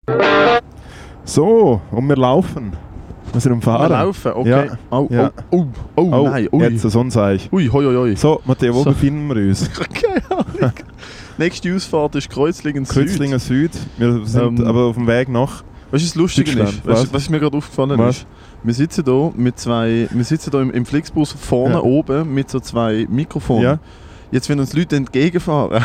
So, und wir laufen. Wir sind am Fahren. Wir laufen, okay. Ja. Oh, nein, ui. Jetzt so ein Seich. Ui, hoi, hoi. So, Matteo, wo befinden wir uns? Keine Ahnung. Nächste Ausfahrt ist Kreuzlingen Süd. Kreuzlingen Süd. Wir sind aber auf dem Weg nach... Weißt du, was lustig ist? Was mir gerade aufgefallen ist? Wir sitzen hier im Flixbus vorne oben mit so 2 Mikrofonen. Ja. Jetzt, wenn uns Leute entgegenfahren,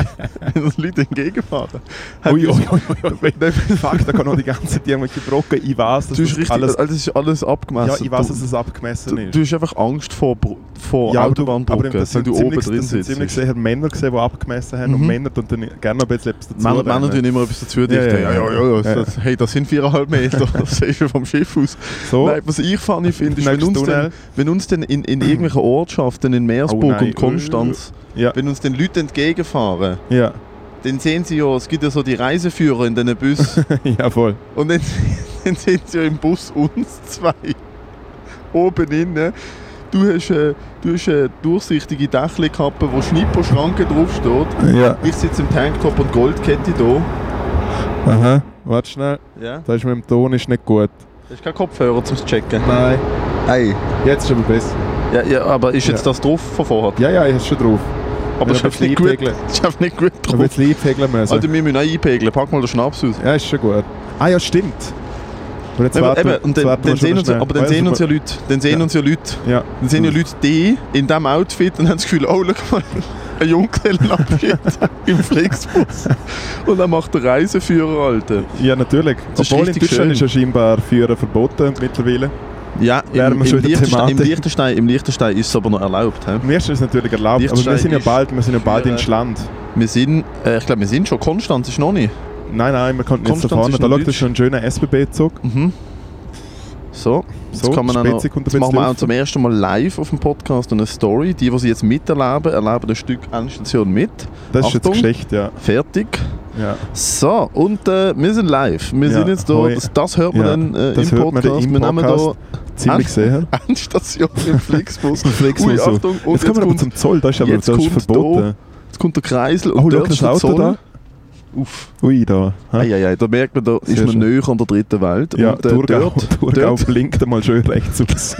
Ui. Fuck, da kann noch die ganze Zeit irgendwelche Brocken. Ich weiß, dass das ist alles abgemessen. Ja, ich weiß, dass es abgemessen ist. Du hast einfach Angst vor Autobahnbrücken, weil du oben drin sitzt. Ich habe ziemlich gesehen, Männer gesehen, die abgemessen haben und Männer tun dann gerne noch ein bisschen etwas dazu. Männer tun immer etwas dazu dichten. Ja. Hey, das sind 4,5 Meter, das siehst du vom Schiff aus. So. Nein, was ich funny finde, ist, wenn uns dann in irgendwelchen Ortschaften in Meersburg und Konstanz, wenn uns den Leute entgegenfahren, dann sehen sie ja, es gibt ja so die Reiseführer in diesen Bus. Ja, voll. Und dann sehen sie ja im Bus uns 2 oben innen. Du hast eine durchsichtige Dächelkappe, wo Schnipperschranke draufsteht. Ja. Ich sitze im Tanktop und Goldkette hier. Aha, warte schnell. Ja? Da ist mit dem Ton ist nicht gut. Du hast keinen Kopfhörer zum Checken? Nein. Hey. Jetzt ist aber besser. Ja, aber ist jetzt das drauf von vorher? Ja, ich habe es schon drauf. Aber ich habe nicht gut drauf. Ich habe jetzt einpegeln müssen. Alter, wir müssen auch einpegeln. Pack mal den Schnaps aus. Ja, ist schon gut. Ah ja, stimmt. Dann sehen uns ja Leute. Dann sehen uns ja Leute. Ja. Dann sehen ja Leute die in diesem Outfit und haben das Gefühl, oh, schau mal, ein Junggesellenabschied im Flixbus. Und dann macht der Reiseführer, Alter. Ja, natürlich. Obwohl in Deutschland ist ja scheinbar Führen verboten mittlerweile. Ja, im Liechtenstein ist es aber noch erlaubt. He? Im ersten ist es natürlich erlaubt, aber wir sind ja bald in Schland. Ich glaube, wir sind schon. Konstanz ist noch nicht. Nein, wir konnten jetzt da vorne. Da schaut schon ein schöner SBB-Zug. Mhm. So, jetzt machen wir auch zum ersten Mal live auf dem Podcast eine Story. Die sie jetzt miterleben, erleben ein Stück Endstation mit. Das ist Achtung, jetzt Geschichte, ja. Fertig. Ja. So, und wir sind live. Wir sind jetzt da. Das hört man dann im Podcast. Wir nehmen da ziemlich sehr. Endstation im Flixbus. Ui, Achtung. Jetzt kommen wir aber zum Zoll. Das ist aber verboten. Jetzt kommt der Kreisel und dort ist der Zoll. Da. Uff. Ui, da. Da merkt man, da ist man näher an der dritten Welt. Ja, und Thurgau blinkt einmal schön rechts aus.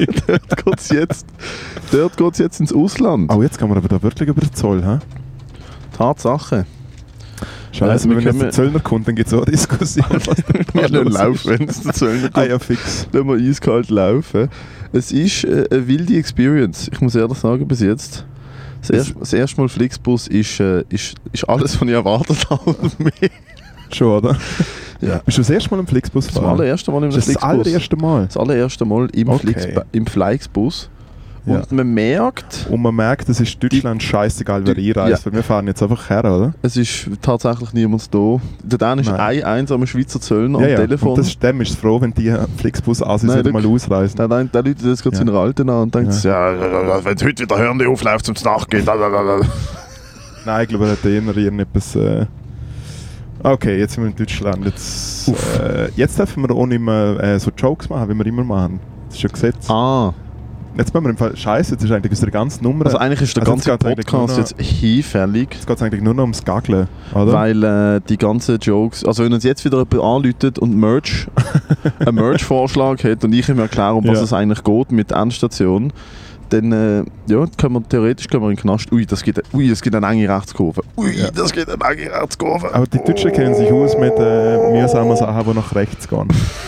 Dort geht es jetzt ins Ausland. Oh, jetzt kann man aber da wirklich über den Zoll, hä? Tatsache. Scheiße, wenn jetzt der Zöllner kommt, dann gibt es auch eine Diskussion. Wir lassen laufen, wenn es der Zöllner kommt. Ja, fix. Lassen wir eiskalt laufen. Es ist eine wilde Experience, ich muss ehrlich sagen, bis jetzt. Das erste Mal Flixbus ist alles, was ich erwartet habe und mehr. Schon, oder? Ja. Bist du das erste Mal im Flixbus gefahren? Das allererste Mal im Flixbus. Das allererste Mal? Das allererste Mal im Flixbus. Ja. Und man merkt... es ist Deutschland scheißegal, wer einreist, weil wir fahren jetzt einfach her, oder? Es ist tatsächlich niemand da. Da ist ein einsamer Schweizer Zöllner am Telefon. Und dem ist es froh, wenn die Flixbus wieder mal ausreisen. Der läutet das gerade seiner Alten an und denkt, wenn es heute wieder Hörnli aufläuft, zum Nachgehen. Nein, ich glaube, er hat irgendetwas... Okay, jetzt sind wir in Deutschland. Jetzt dürfen wir auch nicht mehr so Jokes machen, wie wir immer machen. Das ist schon Gesetz. Jetzt müssen wir im Fall... Scheiße, jetzt ist eigentlich unsere ganze Nummer... Also eigentlich ist der ganze Podcast jetzt hinfällig. Jetzt geht es eigentlich nur noch ums Gaggeln, oder? Weil die ganzen Jokes... Also wenn uns jetzt wieder jemand anläutet und einen Merch-Vorschlag hat und ich ihm erkläre, um was es eigentlich geht mit Endstation, dann können wir theoretisch in den Knast... Es gibt eine enge Rechtskurve. Das gibt eine enge Rechtskurve. Aber die Deutschen kennen sich aus mit mühsamen Sachen, die nach rechts gehen.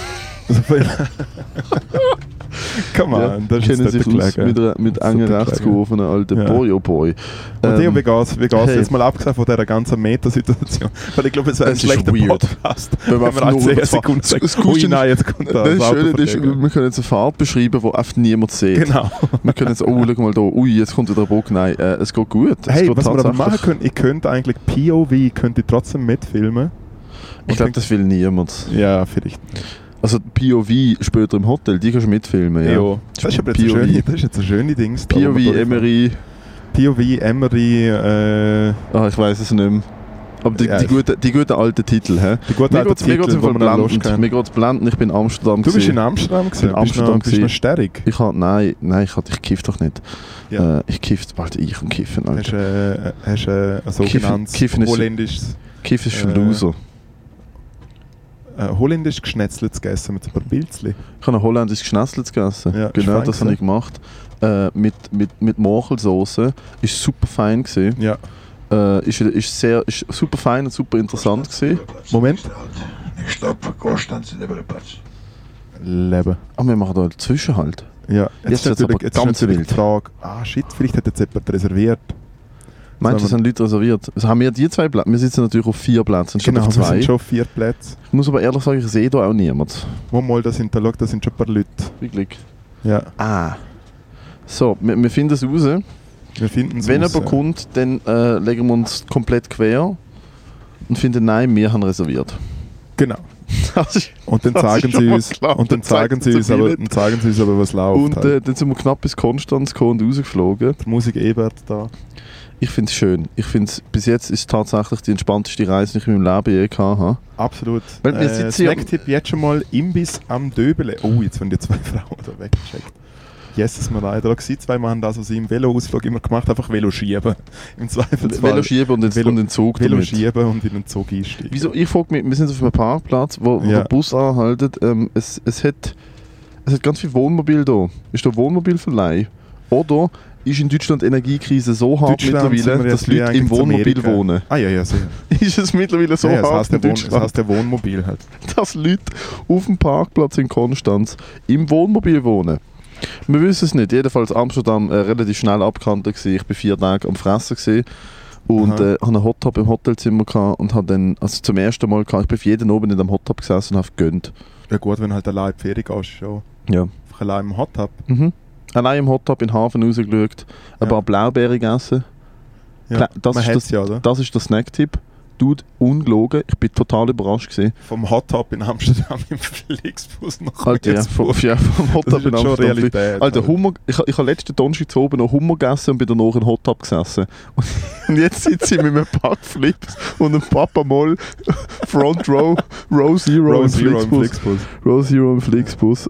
Come on, das ist sich aus mit engen Rechtskurven, alter Boy, oh Boy. Und wie geht's jetzt mal abgesehen von dieser ganzen Meta-Situation? Weil ich glaube, es wäre ein schlechter Podcast, wenn wir alle 10 Sekunden sagen, nein, jetzt kommt das Schöne ist, wir können jetzt eine Fahrt beschreiben, die einfach niemand sieht. Genau. Wir können jetzt, schau mal da, jetzt kommt wieder ein Bock. Nein, es geht gut. Hey, was wir aber machen können, ich könnte eigentlich POV trotzdem mitfilmen. Ich glaube, das will niemand. Ja, vielleicht. Also POV später im Hotel, die kannst du mitfilmen. Ja. Das ist aber jetzt ein schönes Ding. POV Emery. Ich weiss es nicht mehr. Aber die guten alten Titel, hä? Die guten alten Titel, wo man Lust kennt. Mir geht's blenden, ich bin in Amsterdam. Du bist in Amsterdam gewesen? Bist du noch stärrig? Ich kiff doch nicht. Ja. Ich kiff bald und kiffen, Alter. Hast du ein sogenanntes holländisches... Kiff ist für Loser. holländisch Geschnetzeltes gegessen mit ein paar Pilzli. Ich habe ein holländisch Geschnetzeltes gegessen. Ja, genau, das habe ich gemacht. Mit Morchelsauce. Ist super fein gewesen. Ja. Ist super fein und super interessant gewesen. Moment. Ich stoppe, Konstanz in der Platz. Leben. Wir machen da einen Zwischenhalt. Ja, jetzt ist aber ganz wild. Die Frage, vielleicht hat jetzt jemand reserviert. Meinst du, es sind Leute reserviert? Also haben wir die 2 Plätze? Wir sitzen natürlich auf 4 Plätzen. Genau, auf 2. wir sind schon auf 4 Plätze. Ich muss aber ehrlich sagen, ich sehe da auch niemand. Da sind schon ein paar Leute. Wirklich? Ja. So, wir finden es raus. Wenn jemand kommt, dann legen wir uns komplett quer und finden, nein, wir haben reserviert. Genau. Und dann zeigen sie uns, aber, was läuft. Und dann sind wir knapp bis Konstanz gekommen und rausgeflogen. Die Musik Ebert da. Ich finde es schön. Ich finde bis jetzt ist es tatsächlich die entspannteste Reise, die ich in meinem Leben je gehabt habe. Absolut. Snacktipp jetzt schon mal Imbiss am Döbele. Oh, jetzt werden die 2 Frauen da weggecheckt. Jesus Maria, da waren 2 Mann das, was ich im Velo-Ausflug immer gemacht habe, einfach Velo schieben. Im Zweifelsfall. Velo schieben und in den Zug Velo schieben und in den Zug einsteigen. Wieso? Ich frage mich, wir sind auf einem Parkplatz, wo der Bus anhaltet. Es hat ganz viel Wohnmobil da. Ist da Wohnmobilverleih? Oder ist in Deutschland die Energiekrise so hart mittlerweile, dass Leute im Wohnmobil wohnen? Ja, sicher. Ist es mittlerweile so hart in Deutschland? Das heißt der Wohnmobil halt. Dass Leute auf dem Parkplatz in Konstanz im Wohnmobil wohnen. Wir wissen es nicht. Jedenfalls Amsterdam relativ schnell abgekannt. Ich war 4 Tage am Fressen gewesen und hatte einen Hot-Tub im Hotelzimmer gehabt und habe dann, also zum ersten Mal, ich bin für jeden oben in dem Hot-Tub gesessen und habe gegönnt. Ja gut, wenn halt allein in die Ferien gehst, schon. Ja. Einfach allein im Hot-Tub. Allein im Hot-Tub in den Hafen rausgeschaut, ein paar Blaubeeren gegessen. Ja, das ist der Snacktipp. Dude, ungelogen, ich bin total überrascht gewesen. Vom Hot-Tub in Amsterdam im Flixbus nach Alter, vom Hot-Tub in Amsterdam. Realität, Alter, Hummer, ich habe letzten Donnerstag zu oben noch Hummer gegessen und bin danach in Hot-Tub gesessen. Und jetzt sitze ich mit einem Pack Flips und einem Papa Moll Front Row, Row Zero im Flixbus. Row Zero im Flixbus.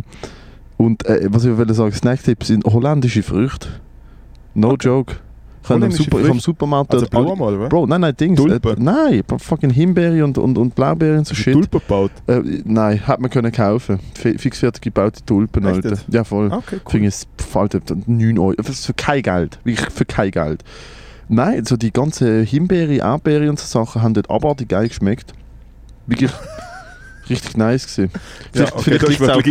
Was ich wollte sagen, Snacktipps sind holländische Früchte. No joke. Ich habe im Supermarkt... Also Blumen mal, oder? Bro, nein, Dings. Nein, fucking Himbeere und Blaubeeren und so Shit. Tulpen gebaut? Nein, hätte man können kaufen. Fixfertig gebaute Tulpen, Alter. Ja, voll. Okay, cool. Finde ich, 9 €. Für kein Geld. Wirklich für kein Geld. Nein, so die ganzen Himbeere, Erdbeere und so Sachen haben dort abartig geil geschmeckt. Wirklich... richtig nice gewesen. Vielleicht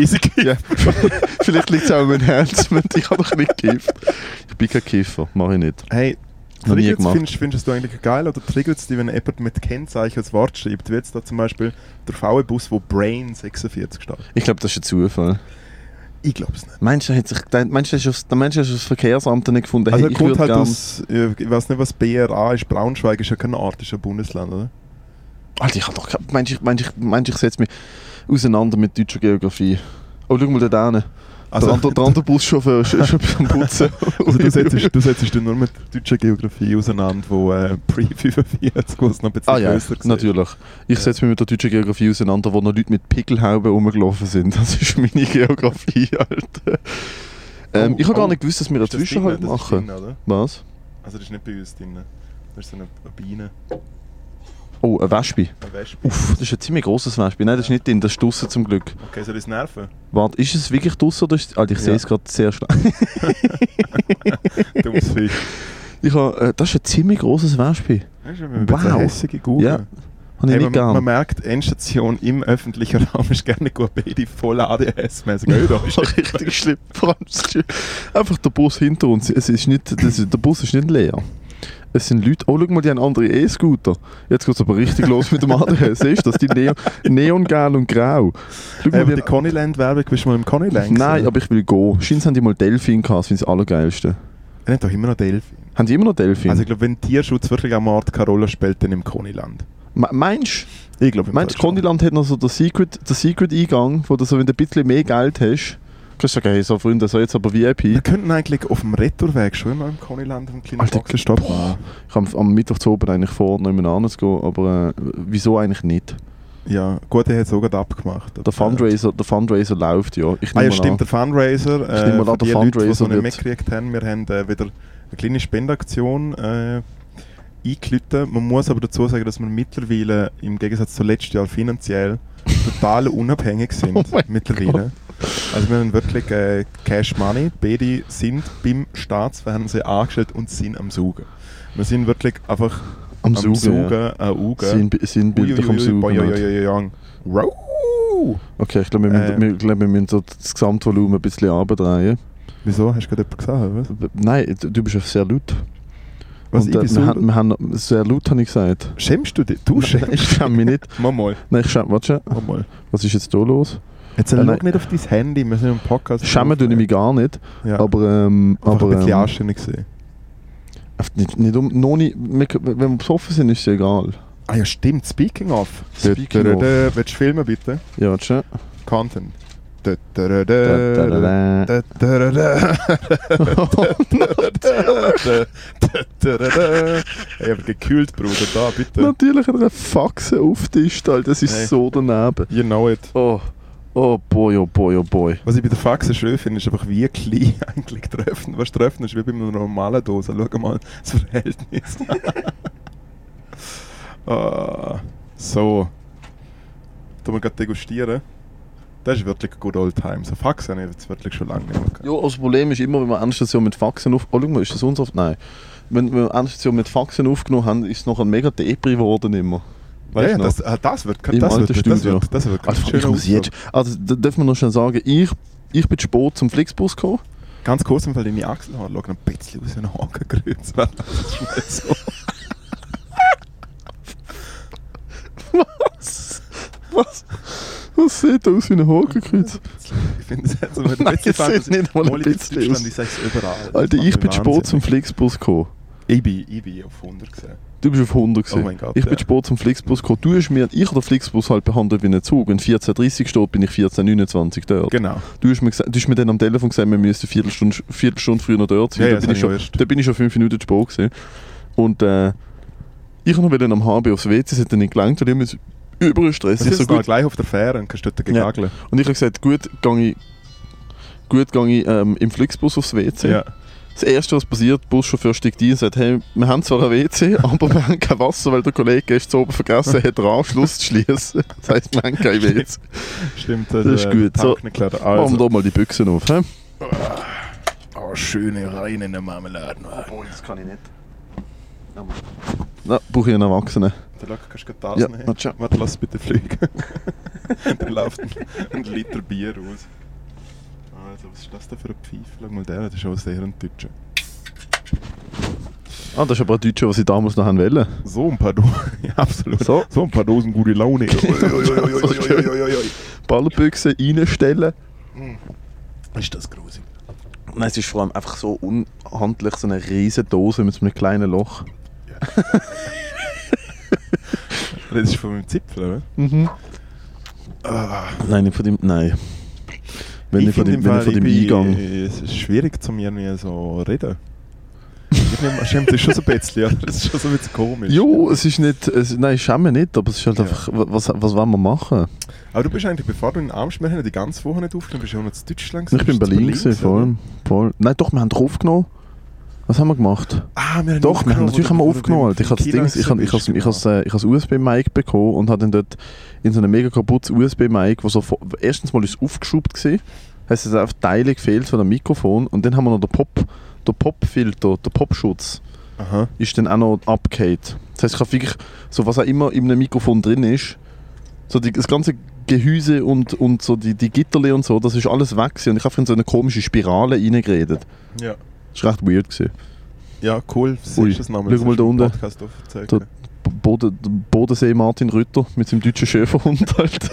liegt es auch an meinem Herz. Ich habe doch nicht gekifft. Ich bin kein Kiffer, mache ich nicht. Hey, findest du eigentlich geil oder triggert es dich, wenn jemand mit Kennzeichen als Wort schreibt? Wie jetzt da zum Beispiel der VW-Bus, wo Brain 46 steht? Ich glaube, das ist ein Zufall. Ich glaube es nicht. Meinst du, das Verkehrsamt nicht gefunden? Also hey, kommt halt aus, ich weiß nicht, was BRA ist. Braunschweig ist ja keine Art, ist ein Bundesland, oder? Alter, ich habe doch... Meinst ich setze mich auseinander mit deutscher Geografie. Oh, schau mal da hinten. Also der andere Buschauffeur ist schon am Putzen. Also du setzt dich nur mit deutscher Geografie auseinander, wo Pre-45, wo es noch ein bisschen grösser war. Natürlich. Ich setze mich mit der deutschen Geografie auseinander, wo noch Leute mit Pickelhauben rumgelaufen sind. Das ist meine Geografie, Alter. Ich habe gar nicht gewusst, dass wir einen Zwischenhalt machen. Drin, was? Also das ist nicht bei uns drin. Das ist so eine Biene. Oh, ein Wespe. Uff, das ist ein ziemlich grosses Wespe. Nein, das ist nicht drin, das ist draussen zum Glück. Okay, soll ich es nerven? Warte, ist es wirklich draussen oder ist es... Alter, ich sehe es gerade sehr schlecht. Dummes Viech. Das ist ein ziemlich grosses Wespe. Wow. Eine hässige Gurke. Ja, habe ich nicht gern. Man merkt, Endstation im öffentlichen Raum ist gerne gut beide voll ADHS-mäßig. Richtig schlimm. Vor allem einfach der Bus hinter uns. Der Bus ist nicht leer. Es sind Leute, oh schau mal, die haben andere E-Scooter. Jetzt geht es aber richtig los mit dem ADHS. Siehst du das? Die Neongelb und Grau. Aber die Connyland-Werbung, bist du mal im Connyland? Nein, aber ich will gehen. Scheint haben die mal Delfin gehabt, das finde ich das Allergeilste. Die haben doch immer noch Delfin. Haben die immer noch Delfin? Also ich glaube, wenn Tierschutz wirklich am Ort keine Rolle spielt, dann im Connyland. Meinst du? Ich glaube, Connyland hat noch so den Secret-Eingang, wo du so, wenn du ein bisschen mehr Geld hast, kannst du sagen, hey, so Freunde, so jetzt aber VIP. Wir könnten eigentlich auf dem Retourweg schon mal im Connyland einen kleinen Boxenstopp machen. Ich habe am Mittwoch zu oben eigentlich vor, noch jemand zu gehen, aber wieso eigentlich nicht? Ja, gut, er hat es auch gerade abgemacht. Der Fundraiser läuft, ja. Stimmt, der Fundraiser. Ich nehme mal an, der Fundraiser Leute, die noch nicht mitgekriegt haben, wir haben wieder eine kleine Spendaktion eingeläutet. Man muss aber dazu sagen, dass wir mittlerweile im Gegensatz zu letztes Jahr finanziell total unabhängig sind mittlerweile. Also wir haben wirklich Cash Money. Beide sind beim Staatsfernsehen angestellt und sind am Saugen. Wir sind wirklich einfach am Saugen. Sind Bilder vom Saugen. Okay, ich glaube, wir müssen so das Gesamtvolumen ein bisschen abdrehen. Wieso? Hast du gerade jemanden gesagt? Was? Nein, du bist ja sehr laut. Was, und, wir haben sehr laut, habe ich gesagt. Schämst du dich? Du schämst? Ich schäme mich nicht. Mal. Nein, ich schäme, warte. Mal. Was ist jetzt da los? Jetzt schau nicht auf dein Handy, wir sind im Podcast. Schämen tue ich mich gar nicht. Ja. Aber ein bisschen anständig gesehen. Wenn wir besoffen sind, ist es egal. Ah ja, stimmt. Speaking of. Willst du filmen, bitte? Ja, schon. Content. Ich habe gekühlt, Bruder, da, bitte. Natürlich hat er eine Faxe aufgetischt, das ist so daneben. You know it. Oh boy, oh boy, oh boy. Was ich bei der Faxe schön finde, ist einfach wie klein eigentlich treffen. Was treffen ist wie bei einer normalen Dose. Schau mal das Verhältnis. So. Tun wir gerade degustieren. Das ist wirklich good old times. So Faxen habe ich jetzt wirklich schon lange nicht mehr gehabt. Ja, also das Problem ist immer, wenn wir Endstation mit Faxen schau mal, ist das unser... Nein. Wenn wir Endstation mit Faxen aufgenommen haben, ist es noch ein mega Depri geworden immer. Weißt das wird schön aussehen. Also da dürfen wir noch schnell sagen, ich bin zu spät zum Flixbus gekommen. Ganz kurz, weil deine Achselhaare schauen ein bisschen aus wie ein Hakenkreuz. Das ist so. Was sieht aus wie ein Hakenkreuz? Ich finde es jetzt so ein bisschen nicht mal ein bisschen aus. Ich sage es überall. Alter, ich bin zu spät zum Flixbus gekommen. Ich bin auf 100 gesehen. Du bist auf 100 gesehen. Oh mein Gott, ich bin zu spät zum Flixbus gekommen. Ich habe den Flixbus halt behandelt wie ein Zug. Wenn 14.30 steht, bin ich 14.29 dort. Genau. Du hast mir dann am Telefon gesagt, wir müssen eine Viertelstunde früher noch dort sein. Ja, da bin ich schon 5 Minuten zu spät gewesen. Und ich habe noch am HB aufs WC, es hat dann nicht gelangt, weil ich über Stress. Das ist so gut. Gleich auf der Fähre und kannst dort gegageln. Und ich habe gesagt, gut gehe ich im Flixbus aufs WC. Ja. Das erste, was passiert, der Buschauffeur steigt ein und sagt, hey, wir haben zwar ein WC, aber wir haben kein Wasser, weil der Kollege gestern oben vergessen hat, den Anschluss zu schließen. Das heisst, wir haben kein WC. Stimmt, das ist gut. So, also. machen wir da mal die Büchsen auf. He? Schöne reine Marmeladen. Oh, das kann ich nicht. Na, brauche ich einen Erwachsenen. Der Lack, kannst du das nehmen? Warte, lass bitte fliegen. Dann läuft ein Liter Bier raus. Also, was ist das denn für ein Pfeif? Schau mal, das ist auch sehr ein Deutscher. Ah, das ist aber ein Deutscher, was sie damals noch wollen. So ein paar Dosen, ja, absolut. So ein paar Dosen gute Laune. Ballerbüchse reinstellen. Ist das grusig? Nein, es ist vor allem einfach so unhandlich, so eine riesige Dose mit so einem kleinen Loch. Ja. Das ist von meinem Zipfel, oder? Mhm. Nein, nicht von dem. Nein. Wenn ich von dem Eingang. Es ist schwierig, zu mir so reden. Das ist schon so ein bisschen, ja. Das ist schon so ein bisschen komisch. Jo, es ist nicht. Nein, ich schäme nicht, aber es ist halt einfach. Was wollen wir machen? Aber du bist eigentlich, bevor du in Amsterdam die ganze Woche nicht aufgenommen bist, du auch noch in Deutschland gewesen. Ich bin in Berlin, voll. Nein, doch, wir haben drauf aufgenommen. Was haben wir gemacht? Natürlich haben wir aufgenommen. Ich habe das USB-Mic bekommen und habe dann dort in so einem mega kaputtes USB-Mic, wo so erstens mal ist aufgeschraubt war, heisst es einfach Teile gefehlt von dem Mikrofon und dann haben wir noch den Pop-Filter, den Popschutz, ist dann auch noch abgehakt. Das heisst, ich habe wirklich, so was auch immer in einem Mikrofon drin ist, so das ganze Gehäuse und so die Gitterle und so, das ist alles weg und ich habe in so eine komische Spirale reingeredet. Ja. Das war recht weird gewesen. Ja, cool. Schau mal da unten. Der Bodensee Martin Rütter mit seinem deutschen Schäferhund halt.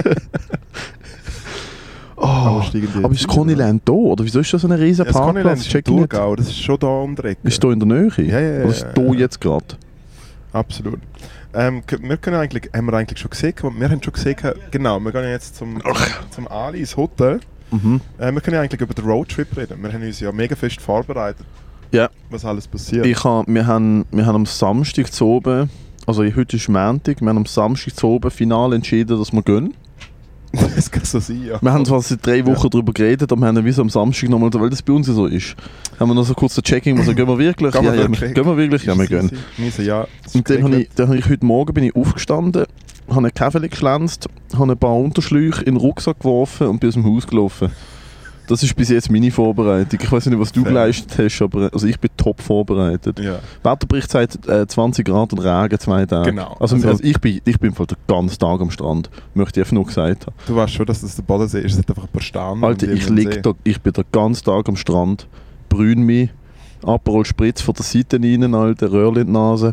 Aber ist Connyland da? Oder wieso ist das so ein riesen Parkplatz? Das ist Thurgau, das ist schon da um die Ecke. Ist da in der Nähe? Ja. Oder ist da jetzt gerade? Absolut. Wir können eigentlich, haben wir eigentlich schon gesehen, wir haben schon gesehen, genau, wir gehen jetzt zum Ali ins Hotel. Wir können ja eigentlich über den Roadtrip reden. Wir haben uns ja mega fest vorbereitet, was alles passiert. Wir haben am Samstag zu oben, also heute ist Montag, wir haben am Samstag zu oben final entschieden, dass wir gehen. Das kann so sein, ja. Wir haben zwar seit 3 Wochen darüber geredet, aber wir haben wie am Samstag nochmal, weil das bei uns so ist, haben wir noch so kurz ein Checking, also gehen wir wirklich? Gehen wir wirklich? Ja, wir gehen. Ja, und dann habe ich heute Morgen bin ich aufgestanden habe einen Käfer geschlänzt, habe ein paar Unterschläuche in den Rucksack geworfen und bin aus dem Haus gelaufen. Das ist bis jetzt meine Vorbereitung. Ich weiß nicht, was du geleistet hast, aber also ich bin top vorbereitet. Ja. Wetterbericht sagt 20 Grad und Regen 2 Tage. Genau. Also ich bin voll den ganzen Tag am Strand. Möchte ich einfach nur gesagt haben. Du weißt schon, dass das der Bodensee ist. Es hat einfach ein paar Steine. Alter, ich bin den ganzen Tag am Strand, brüne mich, Aperol Spritz von der Seite rein, Alter, Röhrchen in die Nase.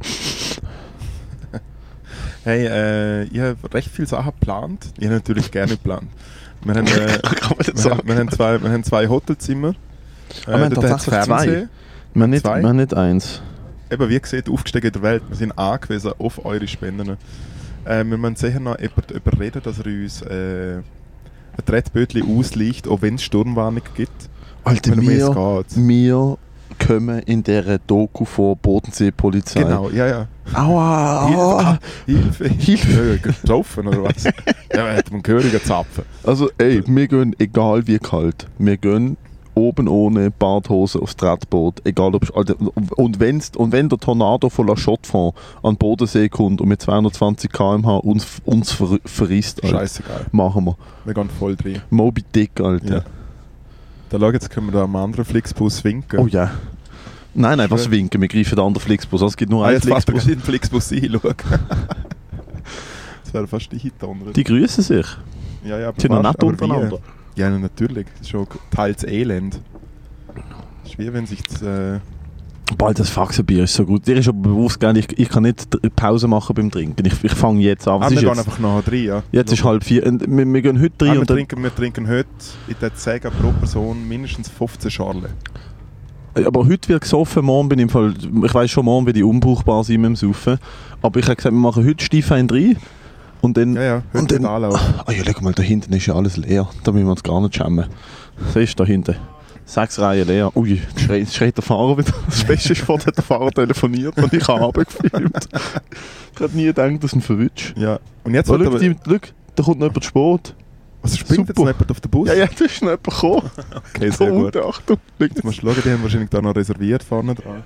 Hey, ich habe recht viele Sachen geplant. Ich habe natürlich gerne geplant. Wir haben zwei Hotelzimmer. Wir haben tatsächlich zwei. Wir haben nicht eins. Eben, wie gesagt, aufgestiegen in der Welt. Wir sind angewiesen auf eure Spenden. Wir müssen sicher noch jemanden überreden, dass er uns ein Tretbötchen ausliegt, auch wenn es Sturmwarnung gibt. Alter, wir kommen in dieser Doku vor Bodensee-Polizei. Genau, ja. Aua! Hilfe! Getroffen oder was? Ja, man hat einen gehörigen Zapfen. Also, wir gehen, egal wie kalt, wir gehen oben ohne Badhose aufs Tretboot, egal ob... Und wenn der Tornado von La Chaux-de-Fonds an den Bodensee kommt und mit 220 km/h uns verrisst, Alter, scheißegal. Machen wir. Wir gehen voll drin. Moby Dick, Alter. Ja. Da schau, jetzt können wir da am anderen Flixbus winken. Oh ja. Nein, was winken? Wir greifen den anderen Flixbus. Es gibt nur einen Flixbus. Jetzt den Flixbus ein, schau. Das wäre fast die Hit-Andere. Die grüßen sich. Ja, aber sind noch nett untereinander. Ja, natürlich. Das ist schon teils Elend. Das ist wie wenn sich das... Bald das Faxenbier ist so gut. Dir ist aber bewusst, ich kann nicht Pause machen beim Trinken. Ich fange jetzt an. Wir gehen einfach nachher rein, ja. Jetzt ist 3:30. Wir gehen heute rein. Wir trinken heute, ich würde sagen, pro Person mindestens 15 Schorle. Aber heute wird gesoffen, morgen bin ich im Fall... Ich weiss schon, morgen werde ich unbrauchbar sein mit dem Saufen. Aber ich habe gesagt, wir machen heute Stiefwein rein. Und dann... Ja, heute wird anlaufen. Ja, schau mal, da hinten ist ja alles leer. Da müssen wir uns gar nicht schämen. Siehst du, da hinten. 6 Reihen leer. Ui, schreit der Fahrer wieder. Das Beste ist, vorher hat der Fahrer telefoniert und ich habe runtergefilmt. Ich hätte nie gedacht, dass ein verwünscht. Ja. Und jetzt schau, da kommt noch jemand Sport. Was springt jetzt noch jemand auf den Bus? Ja, da ist noch jemand gekommen. Okay, sehr gut. Achtung. Jetzt musst du schauen, die haben wahrscheinlich da noch reserviert vorne dran.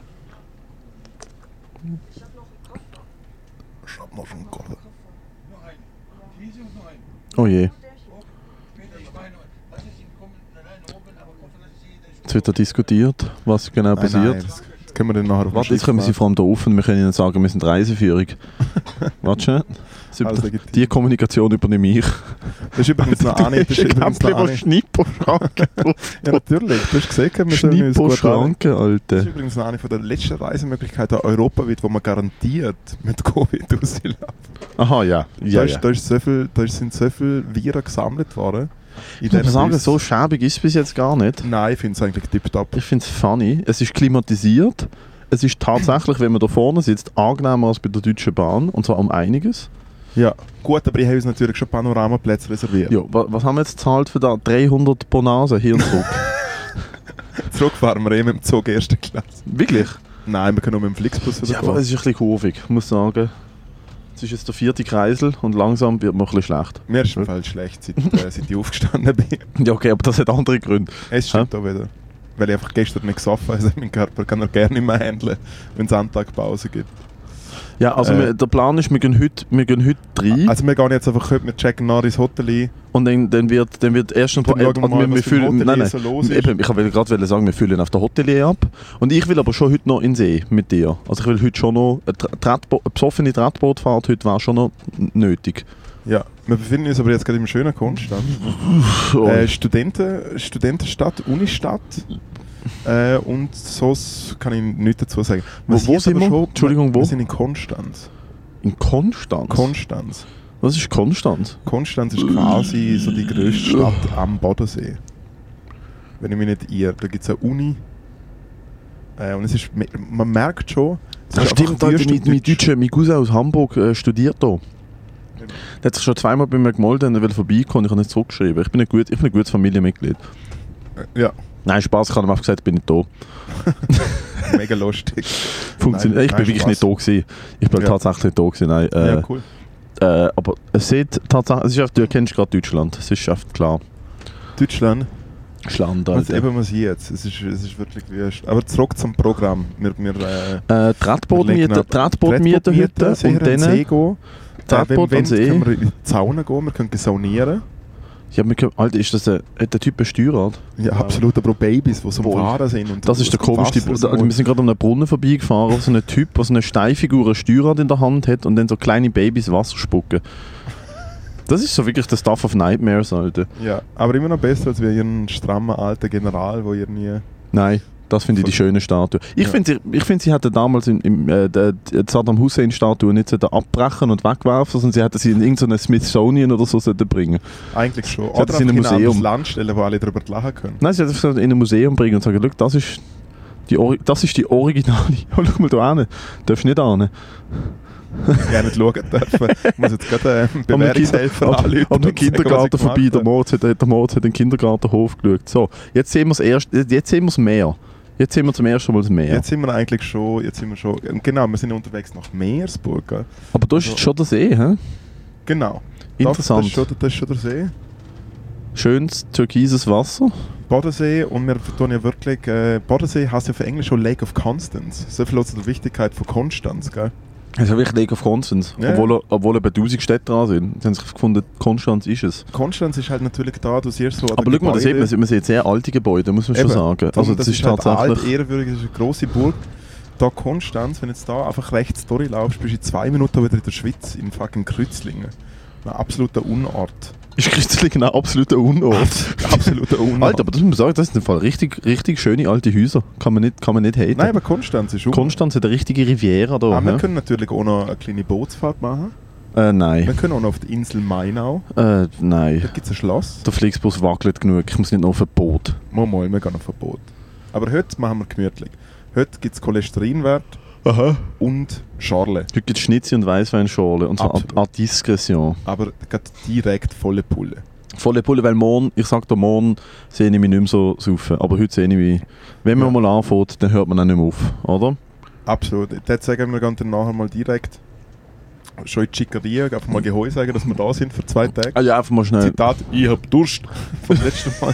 Ich hab noch schon gekommen. Oh je. Jetzt wird da diskutiert, was genau passiert. Nein, das können wir dann nachher auf Warte, jetzt können wir sie vor allem da offen. Wir können ihnen sagen, wir sind Reiseführung. Warte schon. Die Kommunikation übernehme ich. Das ist übrigens noch eine. Das ist übrigens noch eine. Schnippo-Schranke. Ja, natürlich. Du hast gesehen, wir sollen uns gut Schnippo-Schranke, Alter. Das ist übrigens noch eine von der letzten Reisemöglichkeiten europaweit, wo man garantiert mit Covid rauslaufen. Aha, ja. Da sind so viele Viren gesammelt worden. Ich muss sagen, so schäbig ist es bis jetzt gar nicht. Nein, ich finde es eigentlich tipptopp. Ich finde es funny. Es ist klimatisiert. Es ist tatsächlich, wenn man da vorne sitzt, angenehmer als bei der Deutschen Bahn. Und zwar um einiges. Ja, gut, aber ich habe uns natürlich schon Panoramaplätze reserviert. Ja, was haben wir jetzt gezahlt für da? 300 Bonasen hier und zurück. Zurück fahren wir mit dem Zug erste Klasse. Wirklich? Nein, wir können nur mit dem Flixbus wieder aber es ist ein bisschen kurvig, muss ich sagen. Es ist jetzt der 4. Kreisel und langsam wird mir ein bisschen schlecht. Mir ist im Fall schlecht, seit ich aufgestanden bin. Ja, okay, aber das hat andere Gründe. Es stimmt auch wieder. Weil ich einfach gestern nicht gesoffen habe. Also mein Körper kann er gerne nicht mehr handeln, wenn es Antragpause gibt. Ja, also der Plan ist, wir gehen heute rein. Also wir gehen jetzt einfach heute, wir checken nach ins Hotel ein. Und dann wird erst ein paar... wir füllen... Nein, so los ist. Eben, ich wollte gerade sagen, wir füllen auf der Hotel ab. Und ich will aber schon heute noch in den See mit dir. Also ich will heute schon noch... Eine besoffene Tretbootfahrt heute war schon noch nötig. Ja, wir befinden uns aber jetzt gerade im schönen Konstanz. Studentenstadt, Unistadt. Und so kann ich nichts dazu sagen. Wo sind wir? Entschuldigung, wo? Wir sind in Konstanz. In Konstanz? Konstanz. Was ist Konstanz? Konstanz ist quasi so die grösste Stadt am Bodensee. Wenn ich mich nicht irre. Da gibt es eine Uni. Und es ist, man merkt schon... Das stimmt, mein Cousin aus Hamburg studiert hier. Der hat sich schon zweimal bei mir gemeldet und will vorbeikommen. Ich habe nicht zurückgeschrieben. Ich bin ein gutes Familienmitglied. Ja. Nein, Spaß, ich habe ihm einfach gesagt, ich bin nicht da. Mega lustig. Funktioniert. Ich bin wirklich nicht da gewesen. Ich bin tatsächlich nicht da gewesen. Nein, ja, cool. Aber es sieht tatsächlich, du erkennst gerade Deutschland. Es ist echt klar. Deutschland? Schland, Alter. Eben was jetzt. Es ist wirklich wüst. Aber zurück zum Programm. Tretboot mieten heute und dann Tretboot an See. Können wir in die Sauna gehen, wir können saunieren. Ja, Alter, ist das der Typ ein Steuerrad? Ja, absolut, aber auch Babys, die so am Fahren sind. Und das ist der komischste. Wir sind gerade an einem Brunnen vorbeigefahren, wo so ein Typ, der so eine Steinfigur, ein Steuerrad in der Hand hat und dann so kleine Babys Wasser spucken. Das ist so wirklich der Stuff of Nightmares, Alter. Ja, aber immer noch besser als wie ihren strammen alten General, wo ihr nie... Nein, das finde ich die schöne Statue. Ich finde, sie hätten damals die Saddam Hussein-Statue nicht abbrechen und wegwerfen, sondern sie hätten sie in irgendeine Smithsonian oder so bringen. Eigentlich schon. Oder sie in ein Museum. In Land stellen, wo alle darüber lachen können. Nein, sie hätten in ein Museum bringen und sagen, das ist die Originale. Oh, schau mal da hin. Darfst du nicht hin. Ja, nicht schauen dürfen. Ich muss jetzt gerade einen Bewährungshelfer anrufen. Am Kindergarten vorbei. Der Moritz hat den Kindergartenhof geschaut. So, jetzt sehen wir das Meer. Jetzt sind wir zum ersten Mal das Meer. Jetzt sind wir schon. Genau, wir sind unterwegs nach Meersburg. Gell? Aber da ist jetzt schon der See, hä? Genau. Interessant. Das ist schon der See. Schönes türkises Wasser. Bodensee, und wir tun ja wirklich... Bodensee heißt ja für Englisch schon Lake of Constance. So viel zu der Wichtigkeit von Konstanz, gell? Das ist ja wirklich Lake of Constance, ja. Obwohl etwa 1000 Städte dran sind. Sie haben sich gefunden, Konstanz ist es. Konstanz ist halt natürlich da, du siehst so... Aber schau mal, man sieht sehr alte Gebäude, muss man schon sagen. Also das ist halt alt, ehrwürdig, das ist eine grosse Burg. Da Konstanz, wenn du jetzt da einfach rechts durchlaufst, bist du in 2 Minuten wieder in der Schweiz, in fucking Krützlingen. Ein absoluter Unort. Ist Krützlingen ein absoluter Unort? Absoluter Unort. Alter, aber das muss man sagen, das sind im Fall richtig schöne alte Häuser. Kann man nicht haten. Nein, aber Konstanz ist Konstanz hat eine richtige Riviera da. Wir können natürlich auch noch eine kleine Bootsfahrt machen. Nein. Wir können auch noch auf die Insel Mainau. Nein. Da gibt es ein Schloss. Der Flixbus wackelt genug, ich muss nicht noch auf ein Boot. Wir gehen auf ein Boot. Aber heute machen wir gemütlich. Heute gibt es Cholesterinwert. Aha. Und Schorle. Heute gibt es Schnitzi und Weissweinschorle und zwar à discrétion. Aber direkt volle Pulle. Volle Pulle, weil morgen sehe ich mich nicht mehr so saufen. Aber heute sehe ich mich, wenn man mal anfängt, dann hört man auch nicht mehr auf, oder? Absolut. Jetzt sagen wir dann nachher mal direkt, schon in die Schickeria, einfach mal Geheu sagen, dass wir da sind für 2 Tage. Ah ja, einfach mal schnell. Zitat, ich hab Durst. Vom letzten Mal.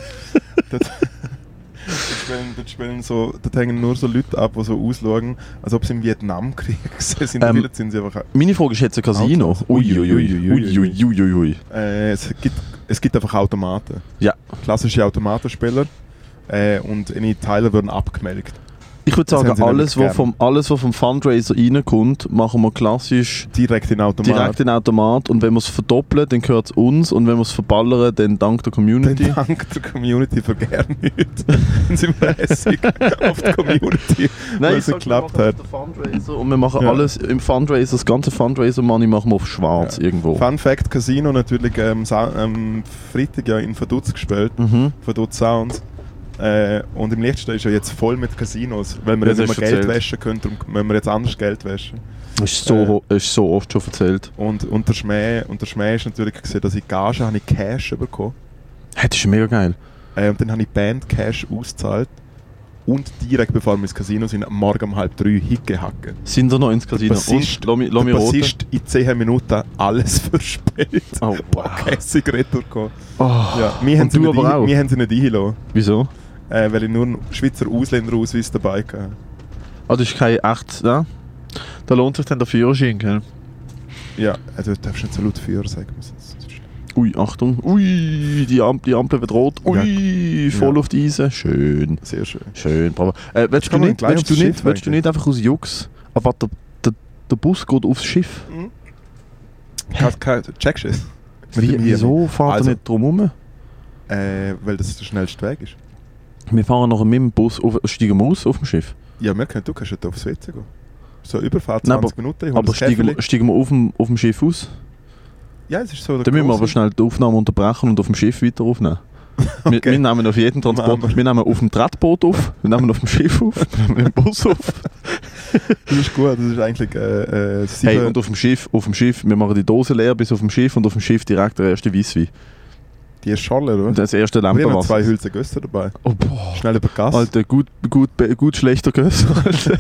Dort hängen nur so Leute ab, die so ausschauen, als ob sie im Vietnamkrieg sind. Sind sie einfach meine Frage ist jetzt ein Casino. Uiuiuiui. Es gibt einfach Automaten. Ja. Klassische Automatenspieler. Und eine Teile werden abgemeldet. Ich würde sagen, alles, was vom Fundraiser reinkommt, machen wir klassisch direkt in den Automat. Und wenn wir es verdoppeln, dann gehört es uns. Und wenn wir es verballern, dann dank der Community. Dann dank der Community für gerne nicht. Dann sind wir hässig auf die Community, weil es geklappt hat. Und wir machen alles im Fundraiser, das ganze Fundraiser-Money machen wir auf schwarz irgendwo. Fun Fact, Casino natürlich Freitag in Vaduz gespielt. Vaduz Sounds. Und im Lichtstein ist ja jetzt voll mit Casinos, weil wir jetzt nicht mehr Geld waschen können, darum müssen wir jetzt anders Geld waschen. Ist so oft schon erzählt. Und der Schmäh ist natürlich gesehen, dass ich Gage habe Cash bekommen. Hey, das ist mega geil. Und dann habe ich Band Cash ausgezahlt und direkt bevor wir ins Casino sind, am Morgen um 2:30 hingehackt. Sind wir noch ins Casino? Der Bassist in 10 Minuten alles verspielt. Oh wow. Kein Retour gekommen. Oh. Ja, wir haben sie nicht eingelassen. Wieso? Weil ich nur einen Schweizer Ausländerausweis dabei hatte. Ah, das ist kein echt, ja? Da lohnt sich dann der Führerschein, gell? Ja, also du darfst nicht so laut Führer sagen. Ui, Achtung. Ui, die Ampel wird rot. Ui, voll auf die Eisen. Schön. Sehr schön. Schön, bravo. Willst du nicht einfach aus Jux, aber der Bus geht aufs Schiff? Checkst du es? Wieso fahrt ihr nicht drum herum? Weil das der schnellste Weg ist. Wir fahren nachher mit dem Bus, steigen wir aus auf dem Schiff? Ja, du kannst ja aufs WC gehen. So Überfahrt 20 Minuten. Aber steigen wir auf dem Schiff aus? Ja, es ist so. Dann müssen wir aber schnell die Aufnahme unterbrechen und auf dem Schiff weiter aufnehmen. Okay. Wir nehmen auf jedem Transport, wir nehmen auf dem Tretboot auf, wir nehmen auf dem Schiff auf, wir nehmen im Bus auf. Das ist gut, das ist eigentlich hey, und auf dem Schiff, wir machen die Dose leer bis auf dem Schiff und auf dem Schiff direkt der erste Weisswein. Die ist Schorle, oder? Das erste Lampenwasser. Wir haben 2 Hülsen Gösser dabei. Oh boah. Schnell über Gas. Alter, gut schlechter Gösser, Alter.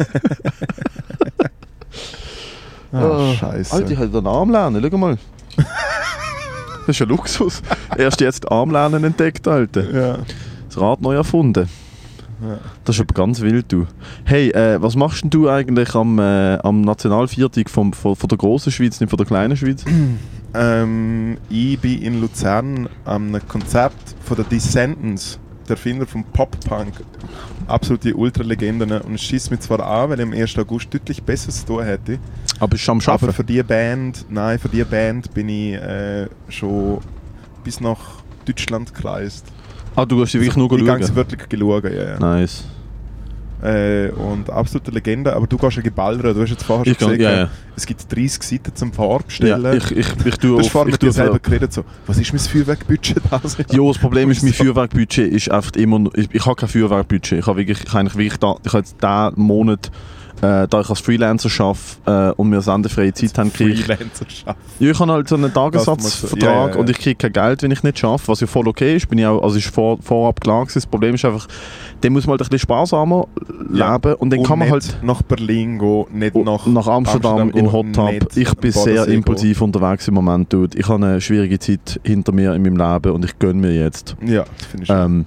Scheiße. Alter, ich hatte den Armlehne, schau mal. Das ist ja Luxus. Erst jetzt Armlehnen entdeckt, Alter. Ja. das Rad neu erfunden. Ja. Das ist aber ganz wild, du. Hey, was machst denn du eigentlich am Nationalviertag von der grossen Schweiz, nicht von der kleinen Schweiz? Ich bin in Luzern am Konzert von den Descendants, der Erfinder vom Pop-Punk. Absolute Ultra-Legenden. Und es schießt mich zwar an, weil ich am 1. August deutlich Besseres zu tun hätte. Aber bist du am Arbeiten? Aber für diese Band bin ich schon bis nach Deutschland gereist. Ah, du hast sie wirklich nur geschaut? Ich habe sie wirklich geschaut, ja. Nice. Und absolute Legende, aber du gehst ja geballert, du hast jetzt vorher schon gesagt, ja. Es gibt 30 Seiten zum Vorbestellen. Ja, ich du hast vorher mit dir selber geredet, so, was ist mein Feuerwerkbudget? Ja, das Problem ist, mein Feuerwerkbudget ist einfach immer noch, ich habe kein Feuerwerkbudget, ich habe jetzt diesen Monat, da ich als Freelancer arbeite und wir sendefreie Zeit haben, ja, ich habe halt so einen Tagessatzvertrag und ich kriege kein Geld, wenn ich nicht arbeite, was ja voll okay ist, ist vorab klar gewesen. Das Problem ist einfach, dann muss man halt ein bisschen sparsamer leben und dann kann man halt nach Berlin gehen, nicht nach Amsterdam in Hot Tub. Ich bin sehr impulsiv unterwegs im Moment, dude. Ich habe eine schwierige Zeit hinter mir in meinem Leben und ich gönne mir jetzt. Ja, das finde ich schön.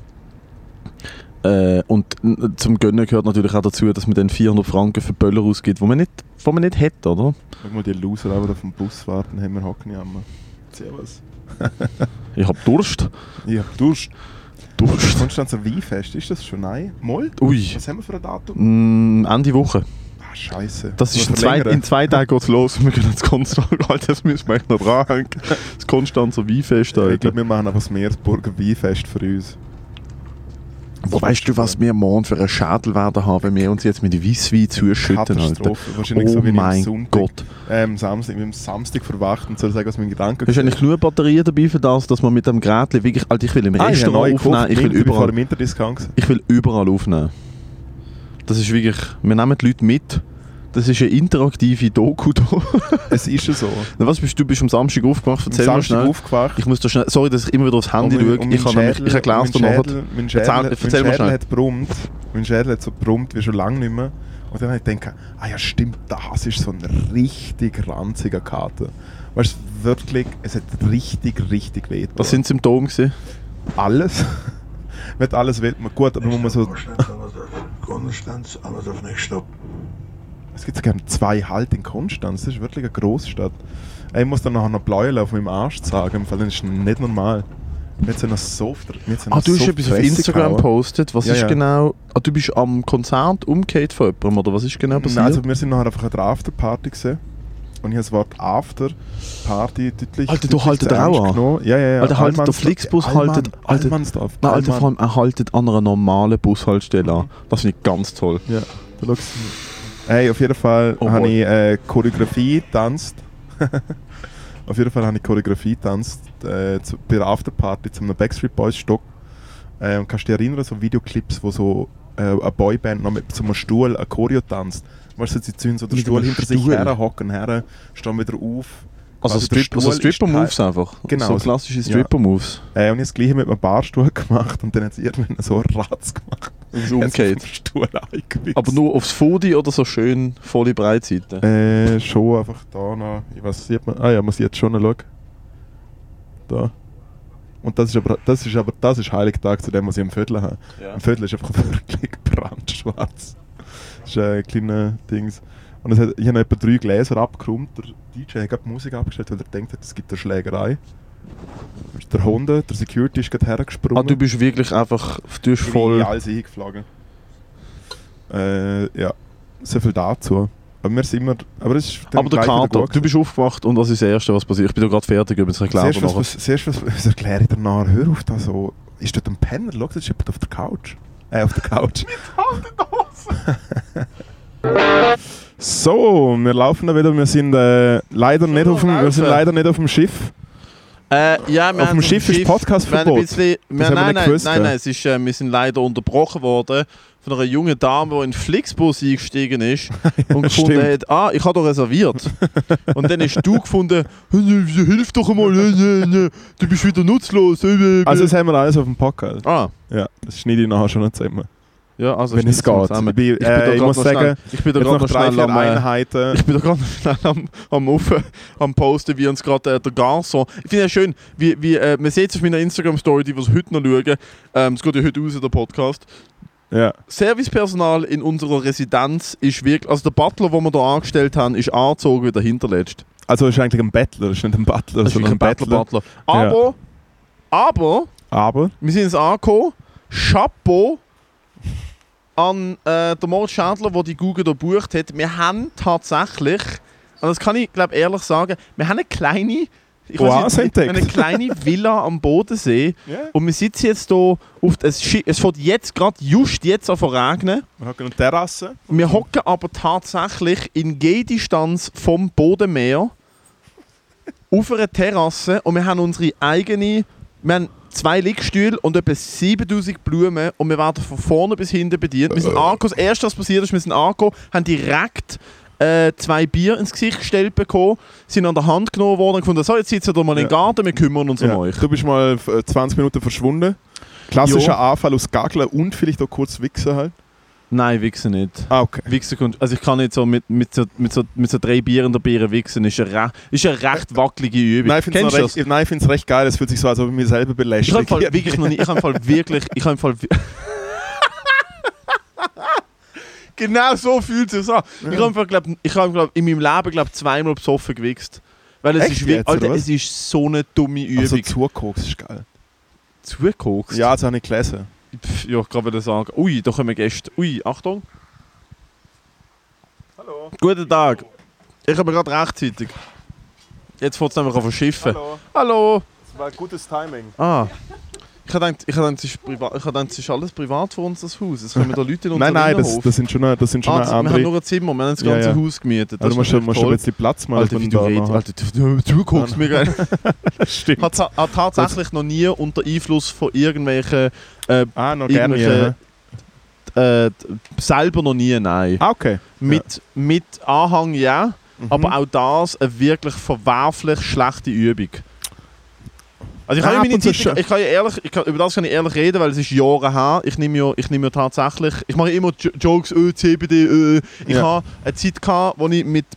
Und zum Gönnen gehört natürlich auch dazu, dass man dann 400 Franken für Böller ausgibt, die man nicht hat, oder? Schau mal, die Loser, die auf dem Bus warten, haben wir hocken nicht. Servus. Ich hab Durst. Konstanzer Weinfest, ist das schon? Nein? Moll? Ui. Was haben wir für ein Datum? Ende Woche. Ah, Scheiße. Das ist in 2 Tagen geht's los. Wir gehen ins Konstanzer. Das müssen wir echt noch dranhängen. Das Konstanzer Weinfest. Ich glaube, wir machen einfach das Meersburger Weinfest für uns. Wo weißt du, was wir morgen für einen Schädel werden haben, wenn wir uns jetzt mit Weisswein zuschütten? Wahrscheinlich oh so wie mein Sonntag, Gott. Samstag verwacht und soll sagen, was mein Gedanke ist. Hast du eigentlich nur Batterien dabei für das, dass man mit dem Gerät wirklich... Also ich will im Restaurant aufnehmen, ich will überall aufnehmen. Das ist wirklich... Wir nehmen die Leute mit. Das ist eine interaktive Doku da. Es ist ja so. Na, was bist du am Samstag aufgewacht? Erzähl mal schnell. Aufgewacht. Ich muss da schnell... Sorry, dass ich immer wieder aufs Handy schaue. Ich habe gelesen, Mein Schädel hat brummt. Mein Schädel hat so brummt wie schon lange nicht mehr. Und dann habe ich gedacht, ja stimmt, das ist so ein richtig ranziger Kater. Weißt du, wirklich, es hat richtig weh. Was sind Symptome gewesen? Alles. Nicht alles weht man gut, aber man muss so... Konstanz, Andersdorf, nicht Stopp. Es gibt sogar 2 Halt in Konstanz, das ist wirklich eine Großstadt. Ich muss dann nachher noch Bläuel auf meinem Arsch sagen, weil das ist nicht normal. Wir sind noch so... du hast etwas auf Instagram gepostet, was ist genau... du bist am Konzert umgekehrt von jemandem, oder was ist genau passiert? Nein, also wir sind nachher einfach an der Afterparty gesehen. Und ich habe das Wort Afterparty deutlich... Alter, du haltet auch an? Ja. Alter, der Flixbus haltet... Almansdorf. Alter, vor allem, er haltet an einer normalen Bushaltestelle an. Das finde ich ganz toll. Ja, da schaust du... Hey, auf jeden Fall habe ich Choreografie getanzt. Auf jeden Fall habe ich Choreografie getanzt bei der Afterparty zu einem Backstreet Boys Stock. Und kannst du dich erinnern, so Videoclips, wo so eine Boyband noch mit so einem Stuhl ein Choreo tanzt? Weißt du, sie ziehen so den Stuhl hinter sich her, hocken her, stehen wieder auf. Also Stripper-Moves einfach? Genau. So klassische Stripper-Moves? Und ich habe das Gleiche mit einem Barstuhl gemacht und dann hat es irgendwann so einen Ratz gemacht. So umgekehrt. Aber nur aufs Fodi oder so schön volle Breitseite? Schon einfach da noch. Sieht man? Ah ja, man sieht schon schauen. Da. Und das ist Heiligtag, zu dem was ich am Viertel habe. Ja. Am Viertel ist einfach wirklich brandschwarz. Das ist ein kleiner Dings. Und ich habe noch etwa 3 Gläser abgeräumt. Der DJ hat die Musik abgestellt, weil er denkt, es gibt eine Schlägerei. Der Hunde, der Security ist gerade hergesprungen. Du bist wirklich einfach... Du bist voll... alles eingeflogen. Ja, so viel dazu. Aber wir sind immer... Aber der Kater, du bist aufgewacht und was ist das Erste, was passiert? Ich bin gerade fertig, über das erklären. Was erkläre ich dir nachher? Hör auf da so... Ist dort ein Penner? Schau, das ist jemand auf der Couch. Auf der Couch. Mit Haltendose! So, wir laufen da wieder. Wir sind leider nicht auf dem Schiff. Ja, auf dem Schiff ist Podcast-Verbot. Nein, wir sind leider unterbrochen worden von einer jungen Dame, die in den Flixbus eingestiegen ist und gefunden hat, ich habe doch reserviert. Und dann hast du gefunden, hilf doch mal, du bist wieder nutzlos. Also das haben wir alles auf dem Podcast. Ah. Ja, das schneide ich nachher schon noch zusammen. Ja, also wenn es geht. Ich muss sagen, ich bin da gerade noch schnell am Posten, wie uns gerade der Garçon. Ich finde es schön, wie man sieht es auf meiner Instagram-Story, die es heute noch schauen. Es geht ja heute raus, der Podcast. Ja. Servicepersonal in unserer Residenz ist wirklich... Also der Butler, den wir hier angestellt haben, ist angezogen wie der Hinterletzte. Also ist eigentlich ein Bettler, ist nicht ein Butler, sondern ein Butler. Aber, wir sind jetzt angekommen. Chapeau an den Moritz Schädler, der die Google hier gebucht hat. Wir haben tatsächlich, und das kann ich glaube ehrlich sagen, wir haben eine kleine Villa am Bodensee. Yeah. Und wir sitzen jetzt hier es fängt jetzt gerade just jetzt an zu regnen. Wir hocken an der Terrasse. Wir hocken aber tatsächlich in Gehdistanz vom Bodenmeer auf einer Terrasse und wir haben unsere eigene... Wir haben 2 Liegestühle und etwa 7000 Blumen und wir werden von vorne bis hinten bedient. Wir sind angekommen, das erste, was passiert ist, wir sind angekommen, haben direkt 2 Bier ins Gesicht gestellt bekommen, sind an der Hand genommen worden und gefunden, so, jetzt sitzen wir mal im Garten, wir kümmern uns um euch. Du bist mal 20 Minuten verschwunden. Klassischer Anfall aus Gageln und vielleicht auch kurz Wichsen halt. Nein, wichsen nicht. Ah, okay. Wichsen also ich kann nicht so mit so 3 Bier in der Bier wichsen. Ist eine recht wackelige Übung. Nein, ich finde es recht geil. Es fühlt sich so an, als ob ich mich selber belästige. Ich habe wirklich noch nie... Genau so fühlt es sich an. Ja. Ich habe in meinem Leben 2-mal besoffen gewichst. Weil es ist wirklich... Alter, es ist so eine dumme Übung. Also zugekokst ist geil. Zugekokst? Ja, das habe ich gelesen. Ja, ich kann wieder sagen. Ui, da kommen Gäste. Ui, Achtung. Hallo. Guten Tag. Ich habe gerade rechtzeitig. Jetzt fährt es nämlich auf ein Schiff. Hallo. Das war gutes Timing. Ah. Ich habe gedacht, es ist alles privat für uns, das Haus. Es kommen da Leute in unseren Nein, das sind schon andere... Wir haben nur ein Zimmer, wir haben das ganze Haus gemietet. Also du musst ein bisschen Platz machen. Alter, du guckst mir geil. Stimmt. Hat tatsächlich noch nie unter Einfluss von irgendwelchen... noch gerne. Selber noch nie, nein. Okay. Mit Anhang ja, aber auch das eine wirklich verwerflich schlechte Übung. Also über das kann ich ehrlich reden, weil es ist Jahre her. Ich nehme ja tatsächlich, ich mache immer Jokes, CBD, Ich habe eine Zeit gehabt, wo ich mit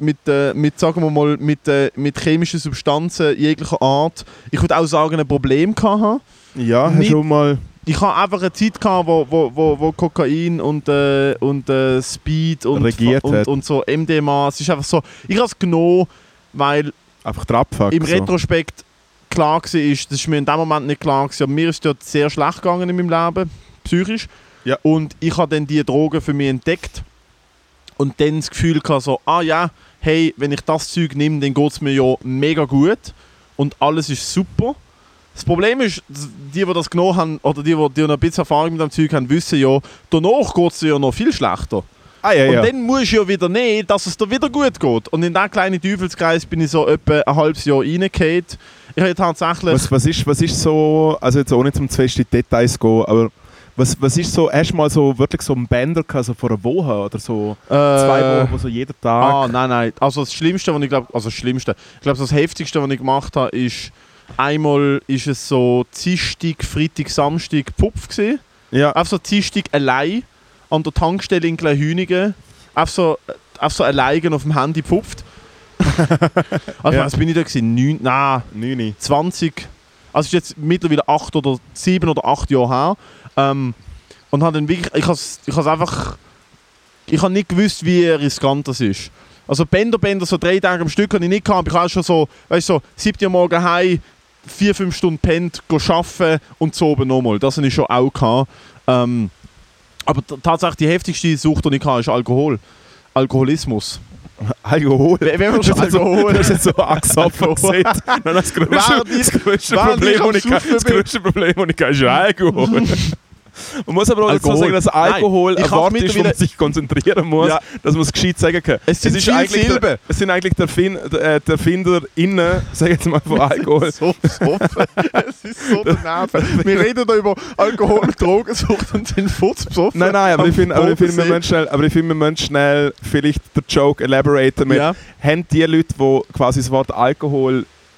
chemischen Substanzen jeglicher Art, ich würde auch sagen, ein Problem hatte. Ja, hast du mal... Ich habe einfach eine Zeit gehabt, wo Kokain und Speed und so MDMA, es ist einfach so, ich habe es genommen, weil einfach der Abfuck, im Retrospekt klar war, das ist mir in dem Moment nicht klar gewesen, aber mir ist es dort sehr schlecht gegangen in meinem Leben, psychisch. Ja. Und ich habe dann diese Drogen für mich entdeckt und dann das Gefühl gehabt, so, hey, wenn ich das Zeug nehme, dann geht es mir ja mega gut und alles ist super. Das Problem ist, die das genommen haben, oder die noch ein bisschen Erfahrung mit dem Zeug haben, wissen ja, danach geht es ja noch viel schlechter. Und dann musst du ja wieder nehmen, dass es dir wieder gut geht. Und in diesen kleinen Teufelskreis bin ich so etwa ein halbes Jahr reingefallen. Ich habe tatsächlich... Was ist so, also jetzt ohne zum zu fest in Details gehen, aber was ist so, hast du mal so wirklich so einen Bänder gehabt, so vor einer Woche oder so 2 Wochen, wo so jeden Tag... Nein. Also das Schlimmste, was ich glaube, das Heftigste, was ich gemacht habe, ist... Einmal ist es so Dienstag, Freitag, Samstag Pfupf gewesen. Ja. Auf so Dienstag allein an der Tankstelle in Kleinhünigen. Auf so allein auf dem Handy gepfupft. Also was bin ich da gewesen? 9, 20. Also ist jetzt mittlerweile 7 oder 8 Jahre her. Und habe dann wirklich, ich habe nicht gewusst, wie riskant das ist. Also Bänder, so 3 Tage am Stück habe ich nicht gehabt. Ich habe schon so, 7 Uhr morgen heim, 4-5 Stunden pennt, arbeiten und so oben nochmal. Das habe ich schon auch gehabt. Aber tatsächlich die heftigste Sucht, die ich hatte, ist Alkohol. Alkoholismus. Alkohol? Wenn man schon Alkohol... Das ist jetzt so angesoffen gesehen. Das größte Problem, das ich habe, ist Alkohol. Man muss aber auch so sagen, dass Alkohol ein Wort ist, wo man sich konzentrieren muss, dass man es gescheit sagen kann. Es sind eigentlich der ErfinderInnen, sag jetzt mal, von Alkohol. Es ist so daneben. Wir reden da über Alkohol und Drogensucht und sind futzbesoffen. Nein, aber ich finde, wir müssen schnell vielleicht den Joke elaboraten mit, haben die Leute, die quasi das Wort Alkohol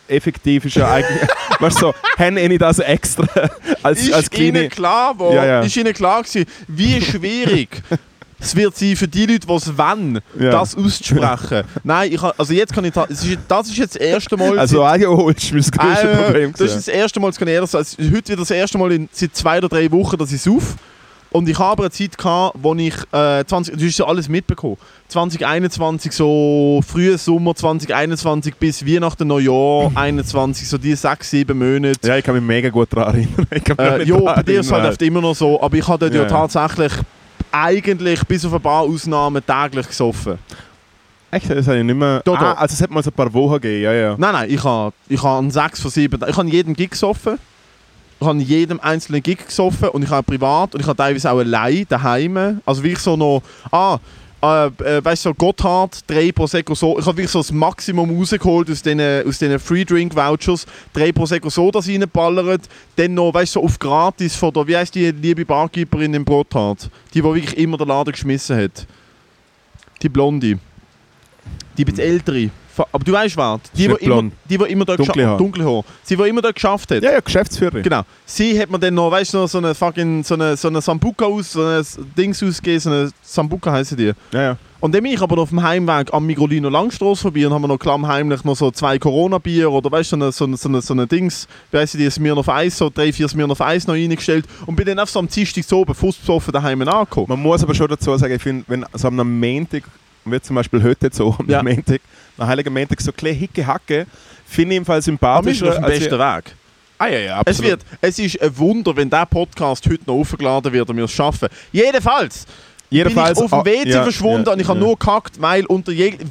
effektiv ist ja eigentlich, weißt du, so, haben ihnen das extra als kleine... Ist ihnen klar gewesen, wie schwierig es wird sein für die Leute, die es wollen, das auszusprechen. Nein, jetzt kann ich... Das ist jetzt das erste Mal... Also Alkohol ist mein größtes Problem. Das ist das erste Mal, das kann ich ehrlich sagen. Heute wieder das erste Mal seit 2 oder 3 Wochen, dass ich sauf. Und ich habe eine Zeit gehabt, wo ich du hast ja alles mitbekommen. 2021, so früher Sommer 2021 bis Weihnachten, Neujahr 21, so die 6-7 Monate. Ja, ich kann mich mega gut daran erinnern. Ja, bei dir ist es halt oft immer noch so, aber ich habe dort tatsächlich eigentlich bis auf ein paar Ausnahmen täglich gesoffen. Echt? Das habe ich nicht mehr... also es hat mal so ein paar Wochen gegeben, ja. Nein, ich habe einen 6 von 7... Ich habe jeden Gig gesoffen. Ich habe jedem einzelnen Gig gesoffen und ich habe privat und ich habe teilweise auch allein daheim. Also wirklich so noch... weißt du, so Gotthard, 3 Prosecco so. Ich habe wirklich so das Maximum rausgeholt aus diesen Free-Drink-Vouchers. 3 Prosecco so, das reinballert. Dann noch, weißt du, so auf gratis von der... Wie heisst die liebe Barkeeperin im Gotthard? Die wirklich immer den Laden geschmissen hat. Die Blonde. Die ein bisschen ältere. Aber du weißt was? Die immer dort Dunkelhaar. Sie, die immer dort geschafft hat. Ja, Geschäftsführerin. Genau. Sie hat mir dann noch, weißt du, noch so eine Sambuca so ein Dings ausgegeben, so eine Sambuca heissen die. Ja. Und dann bin ich aber auf dem Heimweg am Migrolino Langstrasse vorbei und haben wir noch klammheimlich noch so 2 Corona-Bier oder weißt du, so eine Dings, wie heisst die, Smirnoff Eis, so 3-4 Smirnoff Eis noch reingestellt und bin dann einfach so am Dienstag so oben, fußbesoffen daheim angekommen. Man muss aber schon dazu sagen, ich finde, wenn so am Montag, wie zum Beispiel heute so am Montag, am Heiligen Montag so kleine Hicke-Hacke, finde ich im Fall sympathischer. Aber wir sind auf dem besten Weg. Ja, absolut. Es ist ein Wunder, wenn dieser Podcast heute noch aufgeladen wird und wir es schaffen. Jedenfalls bin ich auf dem WC verschwunden und ich habe nur gekackt, weil um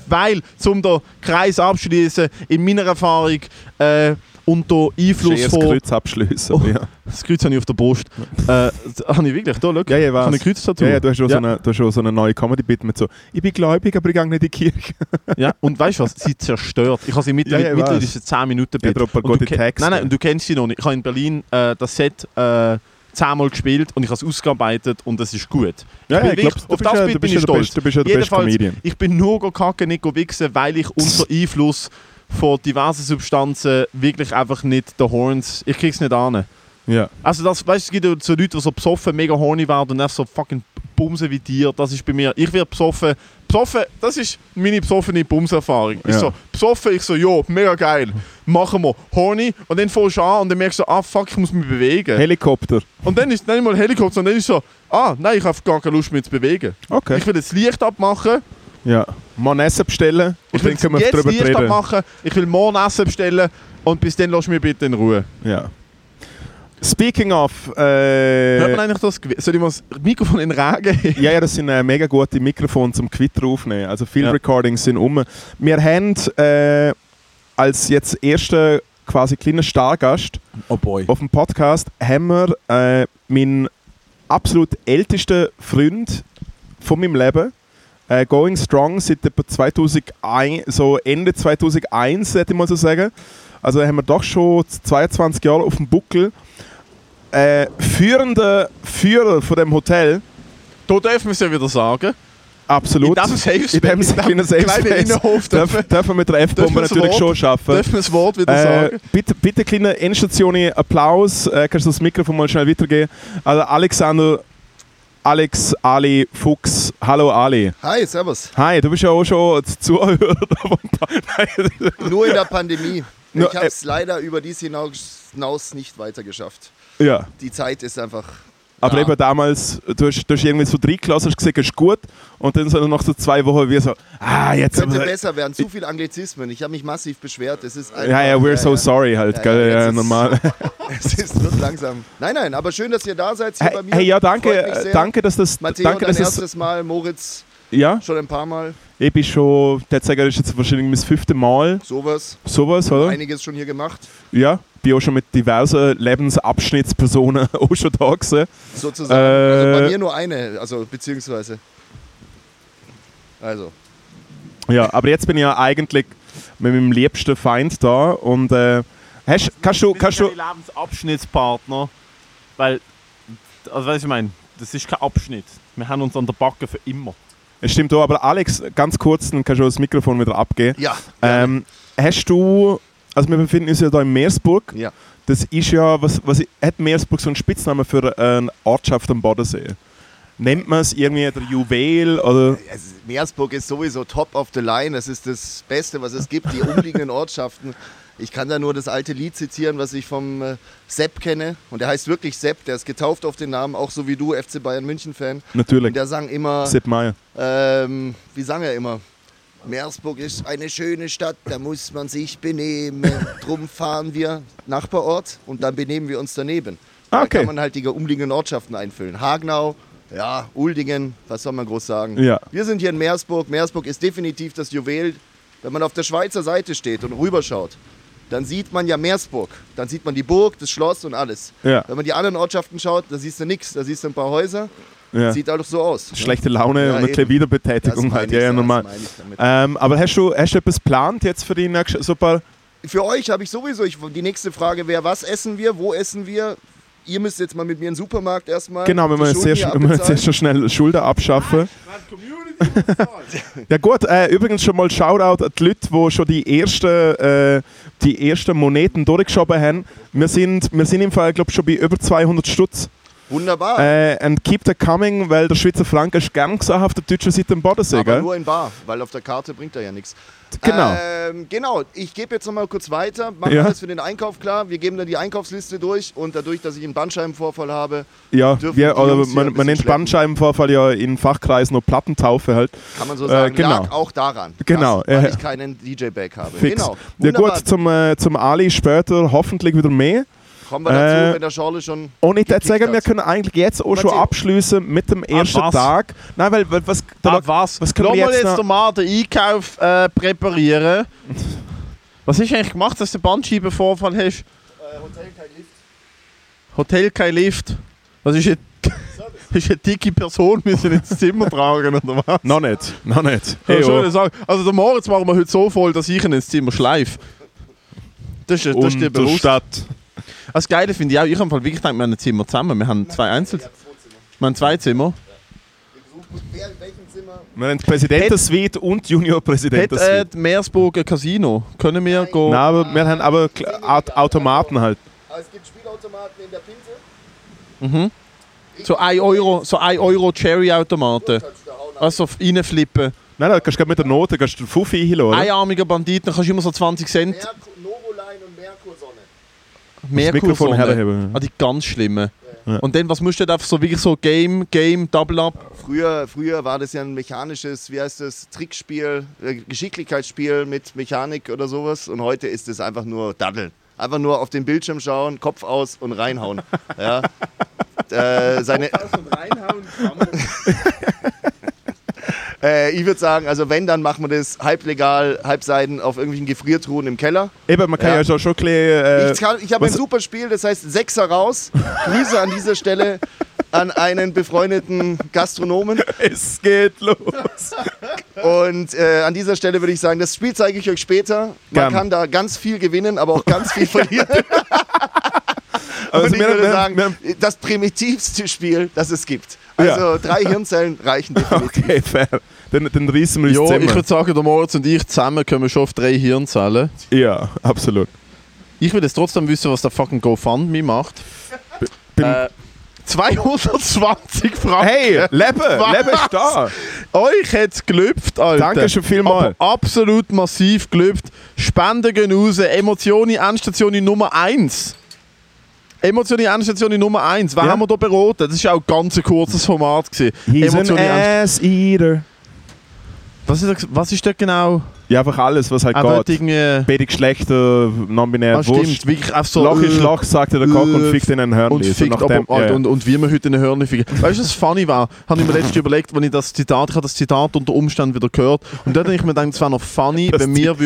den Kreis abschließen, in meiner Erfahrung unter Einfluss von... Das Kreuz abschließen. Das Kreuz habe ich auf der Brust. Habe ich wirklich? Da, schau. Ja, ich weiß. Ich habe ein Kreuz-Tattoo. Ja, du hast schon so eine neue Comedy-Bit mit so «Ich bin gläubig, aber ich gehe nicht in die Kirche». Ja, und weißt du was? Sie zerstört. Ich habe sie mittlerweile 10 Minuten Bit. Und du kennst sie noch nicht. Ich habe in Berlin das Set 10-mal gespielt und ich habe es ausgearbeitet und es ist gut. Ich glaube, auf das Bit bin ich stolz. Du bist ja der beste Comedian. Ich bin nur kacken, nicht wichsen, weil ich unter Einfluss von diversen Substanzen wirklich einfach nicht den Horns... Ich krieg's nicht an. Ja. Also das, weißt, es gibt ja so Leute, die so besoffen, mega horny werden und einfach so fucking bumsen wie dir. Das ist bei mir... Ich werde besoffen... Das ist meine besoffene Bumserfahrung. Ich so, besoffen, jo, mega geil. Machen wir. Horny. Und dann fährst du an und dann merkst du, fuck, ich muss mich bewegen. Helikopter. Und dann ist nicht mal Helikopter, und dann ist so, nein, ich habe gar keine Lust mehr zu bewegen. Okay. Ich will das Licht abmachen. Ja. Morgen Essen bestellen. Ich will jetzt Licht abmachen. Ich will morgen Essen bestellen. Und bis dann lass mich bitte in Ruhe. Ja. Speaking of... Hört man eigentlich das? Soll ich mal das Mikrofon in den Regen geben? Ja, das sind mega gute Mikrofone zum Quitter aufnehmen. Also viele Recordings sind um. Wir haben als jetzt erster quasi kleiner Stargast auf dem Podcast haben wir meinen absolut ältesten Freund von meinem Leben. Going Strong seit etwa 2001, so Ende 2001, hätte ich mal so sagen. Also haben wir doch schon 22 Jahre auf dem Buckel. Führender Führer von dem Hotel. Da dürfen wir es ja wieder sagen. Absolut. In dem kleinen Safe Space dürfen wir mit der F-Bombe natürlich schon schaffen. Dürfen wir das Wort wieder sagen? Bitte kleine Endstation, Applaus. Kannst du das Mikrofon mal schnell weitergeben? Also Alex, Ali, Fuchs. Hallo Ali. Hi, servus. Hi, du bist ja auch schon Zuhörer. Nur in der Pandemie. Ich habe es leider über dies hinaus nicht weiter geschafft. Ja. Die Zeit ist einfach... Aber eben damals, du hast irgendwie so 3 Klassen gesagt, ist gut. Und dann so nach so 2 Wochen wie so, jetzt... Könnte besser werden, zu viel Anglizismen. Ich habe mich massiv beschwert. Es ist einfach, we're so sorry halt, gell, ja, normal. Es wird langsam. Nein, aber schön, dass ihr da seid hier bei mir. Hey, ja, danke, dass das... Matteo, danke, dein erstes Mal, Moritz... Ja. Schon ein paar Mal. Ich bin schon, der Zeiger ist jetzt wahrscheinlich mein 5. Mal. Sowas, oder? Einiges schon hier gemacht. Ja, bin auch schon mit diversen Lebensabschnittspersonen auch schon da gewesen. Sozusagen. Also bei mir nur eine, beziehungsweise. Ja, aber jetzt bin ich ja eigentlich mit meinem liebsten Feind da und kannst du... Lebensabschnittspartner, weil, also weißt du, ich meine, das ist kein Abschnitt. Wir haben uns an der Backe für immer. Es stimmt auch, aber Alex, ganz kurz, dann kannst du das Mikrofon wieder abgeben. Ja. Hast du also wir befinden uns ja hier in Meersburg. Ja. Das ist ja, hat Meersburg so einen Spitznamen für eine Ortschaft am Bodensee? Nennt man es irgendwie der Juwel oder? Meersburg ist sowieso top of the line. Das ist das Beste, was es gibt. Die umliegenden Ortschaften. Ich kann da nur das alte Lied zitieren, was ich vom Sepp kenne. Und der heißt wirklich Sepp. Der ist getauft auf den Namen, auch so wie du, FC Bayern München-Fan. Natürlich. Und der sang immer... Sepp Meier. Wie sang er immer? Meersburg ist eine schöne Stadt, da muss man sich benehmen. Drum fahren wir Nachbarort und dann benehmen wir uns daneben. Da kann man halt die umliegenden Ortschaften einfüllen. Hagenau, ja, Uldingen, was soll man groß sagen. Ja. Wir sind hier in Meersburg. Meersburg ist definitiv das Juwel. Wenn man auf der Schweizer Seite steht und rüberschaut, dann sieht man ja Meersburg. Dann sieht man die Burg, das Schloss und alles. Ja. Wenn man die anderen Ortschaften schaut, da siehst du nichts. Da siehst du ein paar Häuser. Ja. Sieht alles so aus. Schlechte Laune und eine kleine Wiederbetätigung halt. Ja, normal. Aber hast du etwas geplant jetzt für die nächste Super? Für euch habe ich sowieso. Die nächste Frage wäre, was essen wir? Wo essen wir? Ihr müsst jetzt mal mit mir in den Supermarkt erstmal. Genau, wenn wir jetzt schon schnell Schulden abschaffen. Ja gut, übrigens schon mal Shoutout an die Leute, die schon die ersten Moneten durchgeschoben haben. Wir sind im Fall, glaube ich, schon bei über 200 Stutz. Wunderbar. And keep the coming, weil der Schweizer Franken ist gern gesagt auf der deutschen Seite im Bodensee. Aber nur in bar, weil auf der Karte bringt er ja nichts. Genau. Genau, ich gebe jetzt nochmal kurz weiter, mache alles für den Einkauf klar. Wir geben dann die Einkaufsliste durch und dadurch, dass ich einen Bandscheibenvorfall habe, man nennt Bandscheibenvorfall ja in Fachkreisen nur Plattentaufe halt. Kann man so sagen, lag auch daran, weil ich keinen DJ-Bag habe. Fix. Genau. Ja gut, zum Ali später hoffentlich wieder mehr. Kommen wir dazu, wenn der Schorle schon. Und ich würde sagen, wir können eigentlich jetzt auch schon abschließen mit dem ersten Tag. Nein, weil was können wir jetzt mal den Einkauf präparieren? Was hast du eigentlich gemacht, dass du den Bandscheibenvorfall hast? Hotel kein Lift. Hotel kein Lift? Was ist jetzt? Ist eine dicke Person, müssen ins Zimmer tragen oder was? Noch nicht. Hey, also der Moritz machen wir heute so voll, dass ich ihn ins Zimmer schleife. Das ist dir bewusst. Stadt. Das Geile finde ich auch, ich habe wirklich gedacht, wir haben ein Zimmer zusammen. Wir haben zwei Einzelzimmer. Wir haben zwei Zimmer. Wir haben Präsidentensuite und Junior-Präsidentensuite. Hat Meersburg ein Casino? Können wir gehen? Nein, aber wir haben Automaten halt. Aber es gibt Spielautomaten in der Pinse. So 1 Euro Cherry-Automaten. Also reinflippen. Nein, da kannst du mit der Note den Fuffi einladen. Einarmiger Bandit, dann kannst du immer so 20 Cent. Novoline und Merkursonne. Merkursonne. Die ganz schlimme. Ja. Und dann, was musst du da so wirklich so Game, Double Up? Früher war das ja ein mechanisches, wie heißt das, Trickspiel, Geschicklichkeitsspiel mit Mechanik oder sowas. Und heute ist es einfach nur Daddeln. Einfach nur auf den Bildschirm schauen, Kopf aus und reinhauen. Ja. Ich würde sagen, also wenn, dann machen wir das halblegal, halbseiden auf irgendwelchen Gefriertruhen im Keller. Eben, man kann ja schon ein bisschen... Ich habe ein super Spiel, das heißt Sechser raus. Grüße an dieser Stelle an einen befreundeten Gastronomen. Es geht los. Und an dieser Stelle würde ich sagen, das Spiel zeige ich euch später. Man kann da ganz viel gewinnen, aber auch ganz viel verlieren. Und ich würde sagen, das primitivste Spiel, das es gibt. Also 3 Hirnzellen reichen definitiv. Okay, fair. Dann reissen wir uns zusammen. Ich würde sagen, der Moritz und ich zusammen können wir schon auf 3 Hirnzellen. Ja, absolut. Ich will jetzt trotzdem wissen, was der fucking GoFundMe macht. 220 Franken. Hey, Leben ist da. Euch hat es gelüpft, Alter. Danke schon vielmals. Aber absolut massiv gelüpft. Spenden gehen raus. Emotionen, Endstation Nummer 1. Emotionen, Endstation Nummer 1. Wer haben wir da beraten? Das war auch ein ganz kurzes Format. He's an ass-eater. Was ist das genau? Ja, einfach alles, was halt geht. Beide Geschlechter, non-binär, Wurscht. Stimmt, wirklich auf so... Loch ist Loch, sagte der Koch und fickt in einen Hörnli. Und wie wir heute in einen Hörnli ficken. Weißt du, was funny war? Habe ich mir letztens überlegt, wenn ich das Zitat unter Umständen wieder gehört. Und dann habe ich mir gedacht, es wäre noch funny, wenn wir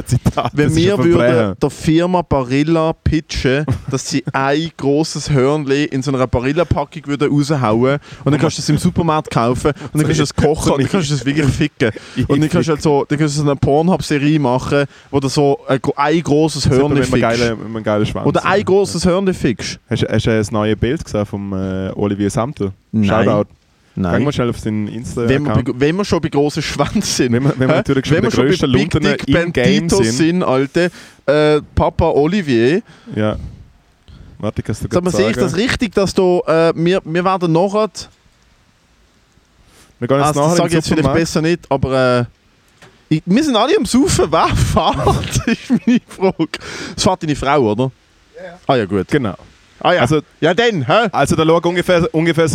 der Firma Barilla pitchen, dass sie ein grosses Hörnli in so einer Barilla-Packung raushauen. Und dann kannst du das im Supermarkt kaufen. Und dann kannst du das kochen und dann kannst du das wirklich ficken. Und dann kannst du so eine Pornhub-Serie machen, wo du so ein grosses Hörnli fickst. Oder ein grosses Hörnli fickst. Hast du ein neues Bild gesehen vom Olivier Samter? Nein. Shoutout. Nein. Gehen wir schnell auf seinen Insta-Account. Wenn wir schon bei grossen Schwänzen sind. Wenn wir natürlich schon bei den grössten Lunden im Game sind. Alter. Papa Olivier. Ja. Warte, kannst du sag mal, sehe ich das richtig, dass du... wir werden nachher... Wir gehen jetzt nachher das sage ich jetzt vielleicht besser nicht, aber... wir sind alle am Saufen. Wer fährt? ist meine Frage. Das fährt deine Frau, oder? Ja. Ah ja, gut. Genau. Ah ja, also, ja dann, hä? Also da schau ungefähr das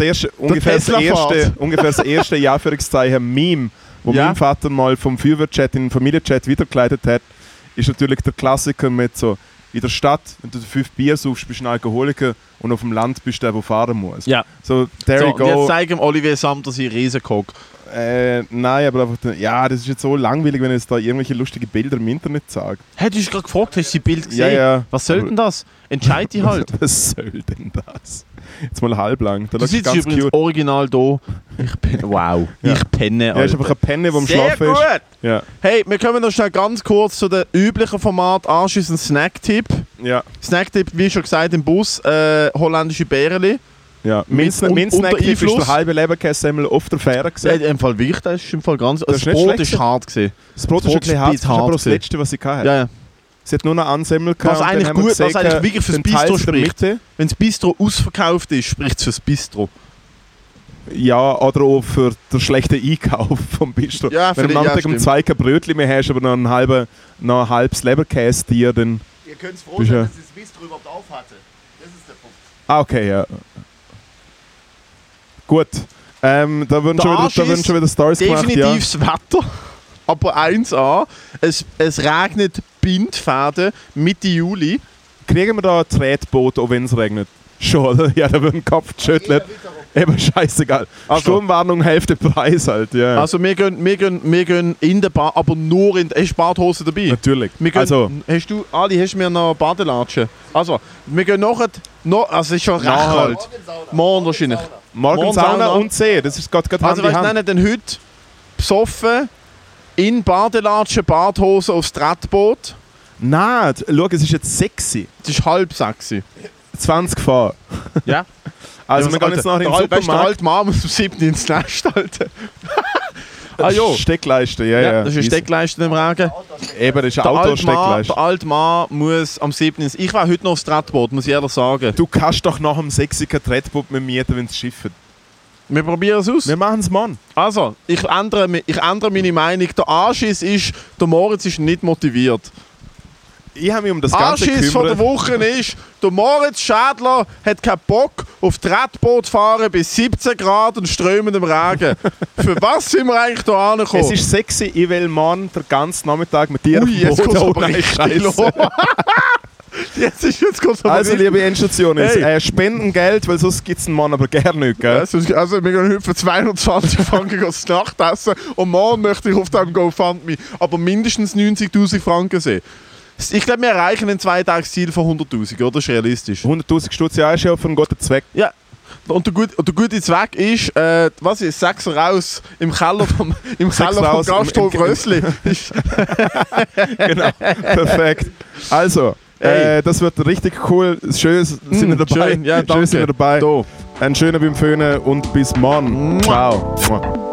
erste in Anführungszeichen Meme, wo mein Vater mal vom Feuerwehrchat in den Familienchat weitergeleitet hat, ist natürlich der Klassiker mit so, in der Stadt, wenn du 5 Bier suchst, bist du ein Alkoholiker und auf dem Land bist du der fahren muss. Ja. So, there you go. Jetzt zeigen Olivier Samter seinen Riesenkock. Nein, aber einfach, ja, das ist jetzt so langweilig, wenn ich jetzt da irgendwelche lustige Bilder im Internet sage. Hey, du hast gerade gefragt, hast du die Bild gesehen? Ja. Was soll denn das? Entscheid dich halt. Was soll denn das? Jetzt mal halblang. Du sitzt übrigens cute. Original da. Ich penne. Wow. Ja. Ich penne, Alter. Ja, ist einfach eine Penne, die am Schlafen ist. Sehr gut! Ja. Hey, wir kommen noch schnell ganz kurz zu dem üblichen Format anschließend Snacktipp. Ja. Snacktipp, wie schon gesagt, im Bus, holländische Bäreli. Ja, mein Snacktipp ist der halbe Leberkässemmel auf der Fähre gesehen. Im Fall wirklich, das ist im Fall ganz... Das Brot ist hart gewesen. Das Brot ist ein bisschen hart, das ist aber das Letzte, was ich hatte. Ja. Sie hat nur noch Ansemmel gehabt. Was eigentlich gut, was eigentlich wirklich fürs Bistro spricht. Wenn das Bistro ausverkauft ist, spricht es fürs Bistro. Ja, oder auch für den schlechten Einkauf vom Bistro. Ja, wenn du am Tag um 2 kein Brötchen mehr hast, aber noch ein halbes Leberkäse-Tier, dann... Ihr könnt froh sein, dass das Bistro überhaupt auf hatte. Das ist der Punkt. Ah, okay, ja. Gut. Da würden schon wieder Stories gemacht. Definitiv das Wetter. Aber 1A, es regnet Bindfäden Mitte Juli. Kriegen wir da ein Tretboot, auch wenn es regnet? Schon, oder? Ja, da wird ein Kopf geschüttelt. Eben scheißegal. Also, Sturmwarnung, Hälfte Preis halt, ja. Also wir gehen in der Bad, aber nur in... Hast du Badhose dabei? Natürlich. Hast du mir noch Badelatschen? Also, wir gehen also es ist schon recht kalt. Morgen wahrscheinlich. Morgen Sauna und See, das ist gerade Also was nennen denn heute? Besoffen, in Badelatschen, Badhose aufs Tretboot? Nein, schau, es ist jetzt sexy. Es ist halb sexy. 20 Fahr. Ja. Also wir gehen jetzt nachher in den Supermarkt. Der alte Mann muss am 7. ins Nest halten. Steckleiste, ja. Das ist eine Steckleiste im Regen. Eben, das ist eine Autosteckleiste. Der alte Mann muss am 7. ins... Ich war heute noch aufs Tretboot, muss ich ehrlich sagen. Du kannst doch nach dem 6. kein Tretboot mehr mieten, wenn es schifft. Wir probieren es aus. Wir machen es, Mann. Also, ich ändere meine Meinung. Der Anschiss ist, der Moritz ist nicht motiviert. Ich habe mich um das Ganze Anschiss von der Woche ist, der Moritz Schädler hat keinen Bock auf Tretboot fahren bei 17 Grad und strömendem Regen. Für was sind wir eigentlich hier angekommen? Es ist sexy, ich will Mann den ganzen Nachmittag mit dir auf dem Boot. Jetzt kommt Jetzt kurz Also, liebe Endstationen, spenden Geld, weil sonst gibt es einen Mann aber gerne nicht, gell? Ja, also, wir gehen heute für 220 Franken das Nachtessen und morgen möchte ich auf dem GoFundMe aber mindestens 90'000 Franken sehen. Ich glaube, wir erreichen ein 2-Tages-Ziel von 100'000, oder? Das ist realistisch. 100'000 Stutz, ja, ist ja für einen guten Zweck. Ja. Und der gute Zweck ist, was ist, 6 raus im Keller vom Gasthof Rössli. Genau, perfekt. Also, das wird richtig cool. Schön sind wir dabei. Schön, ja, danke. Schön sind wir dabei. Ein schöner beim Föhnen und bis morgen. Ciao.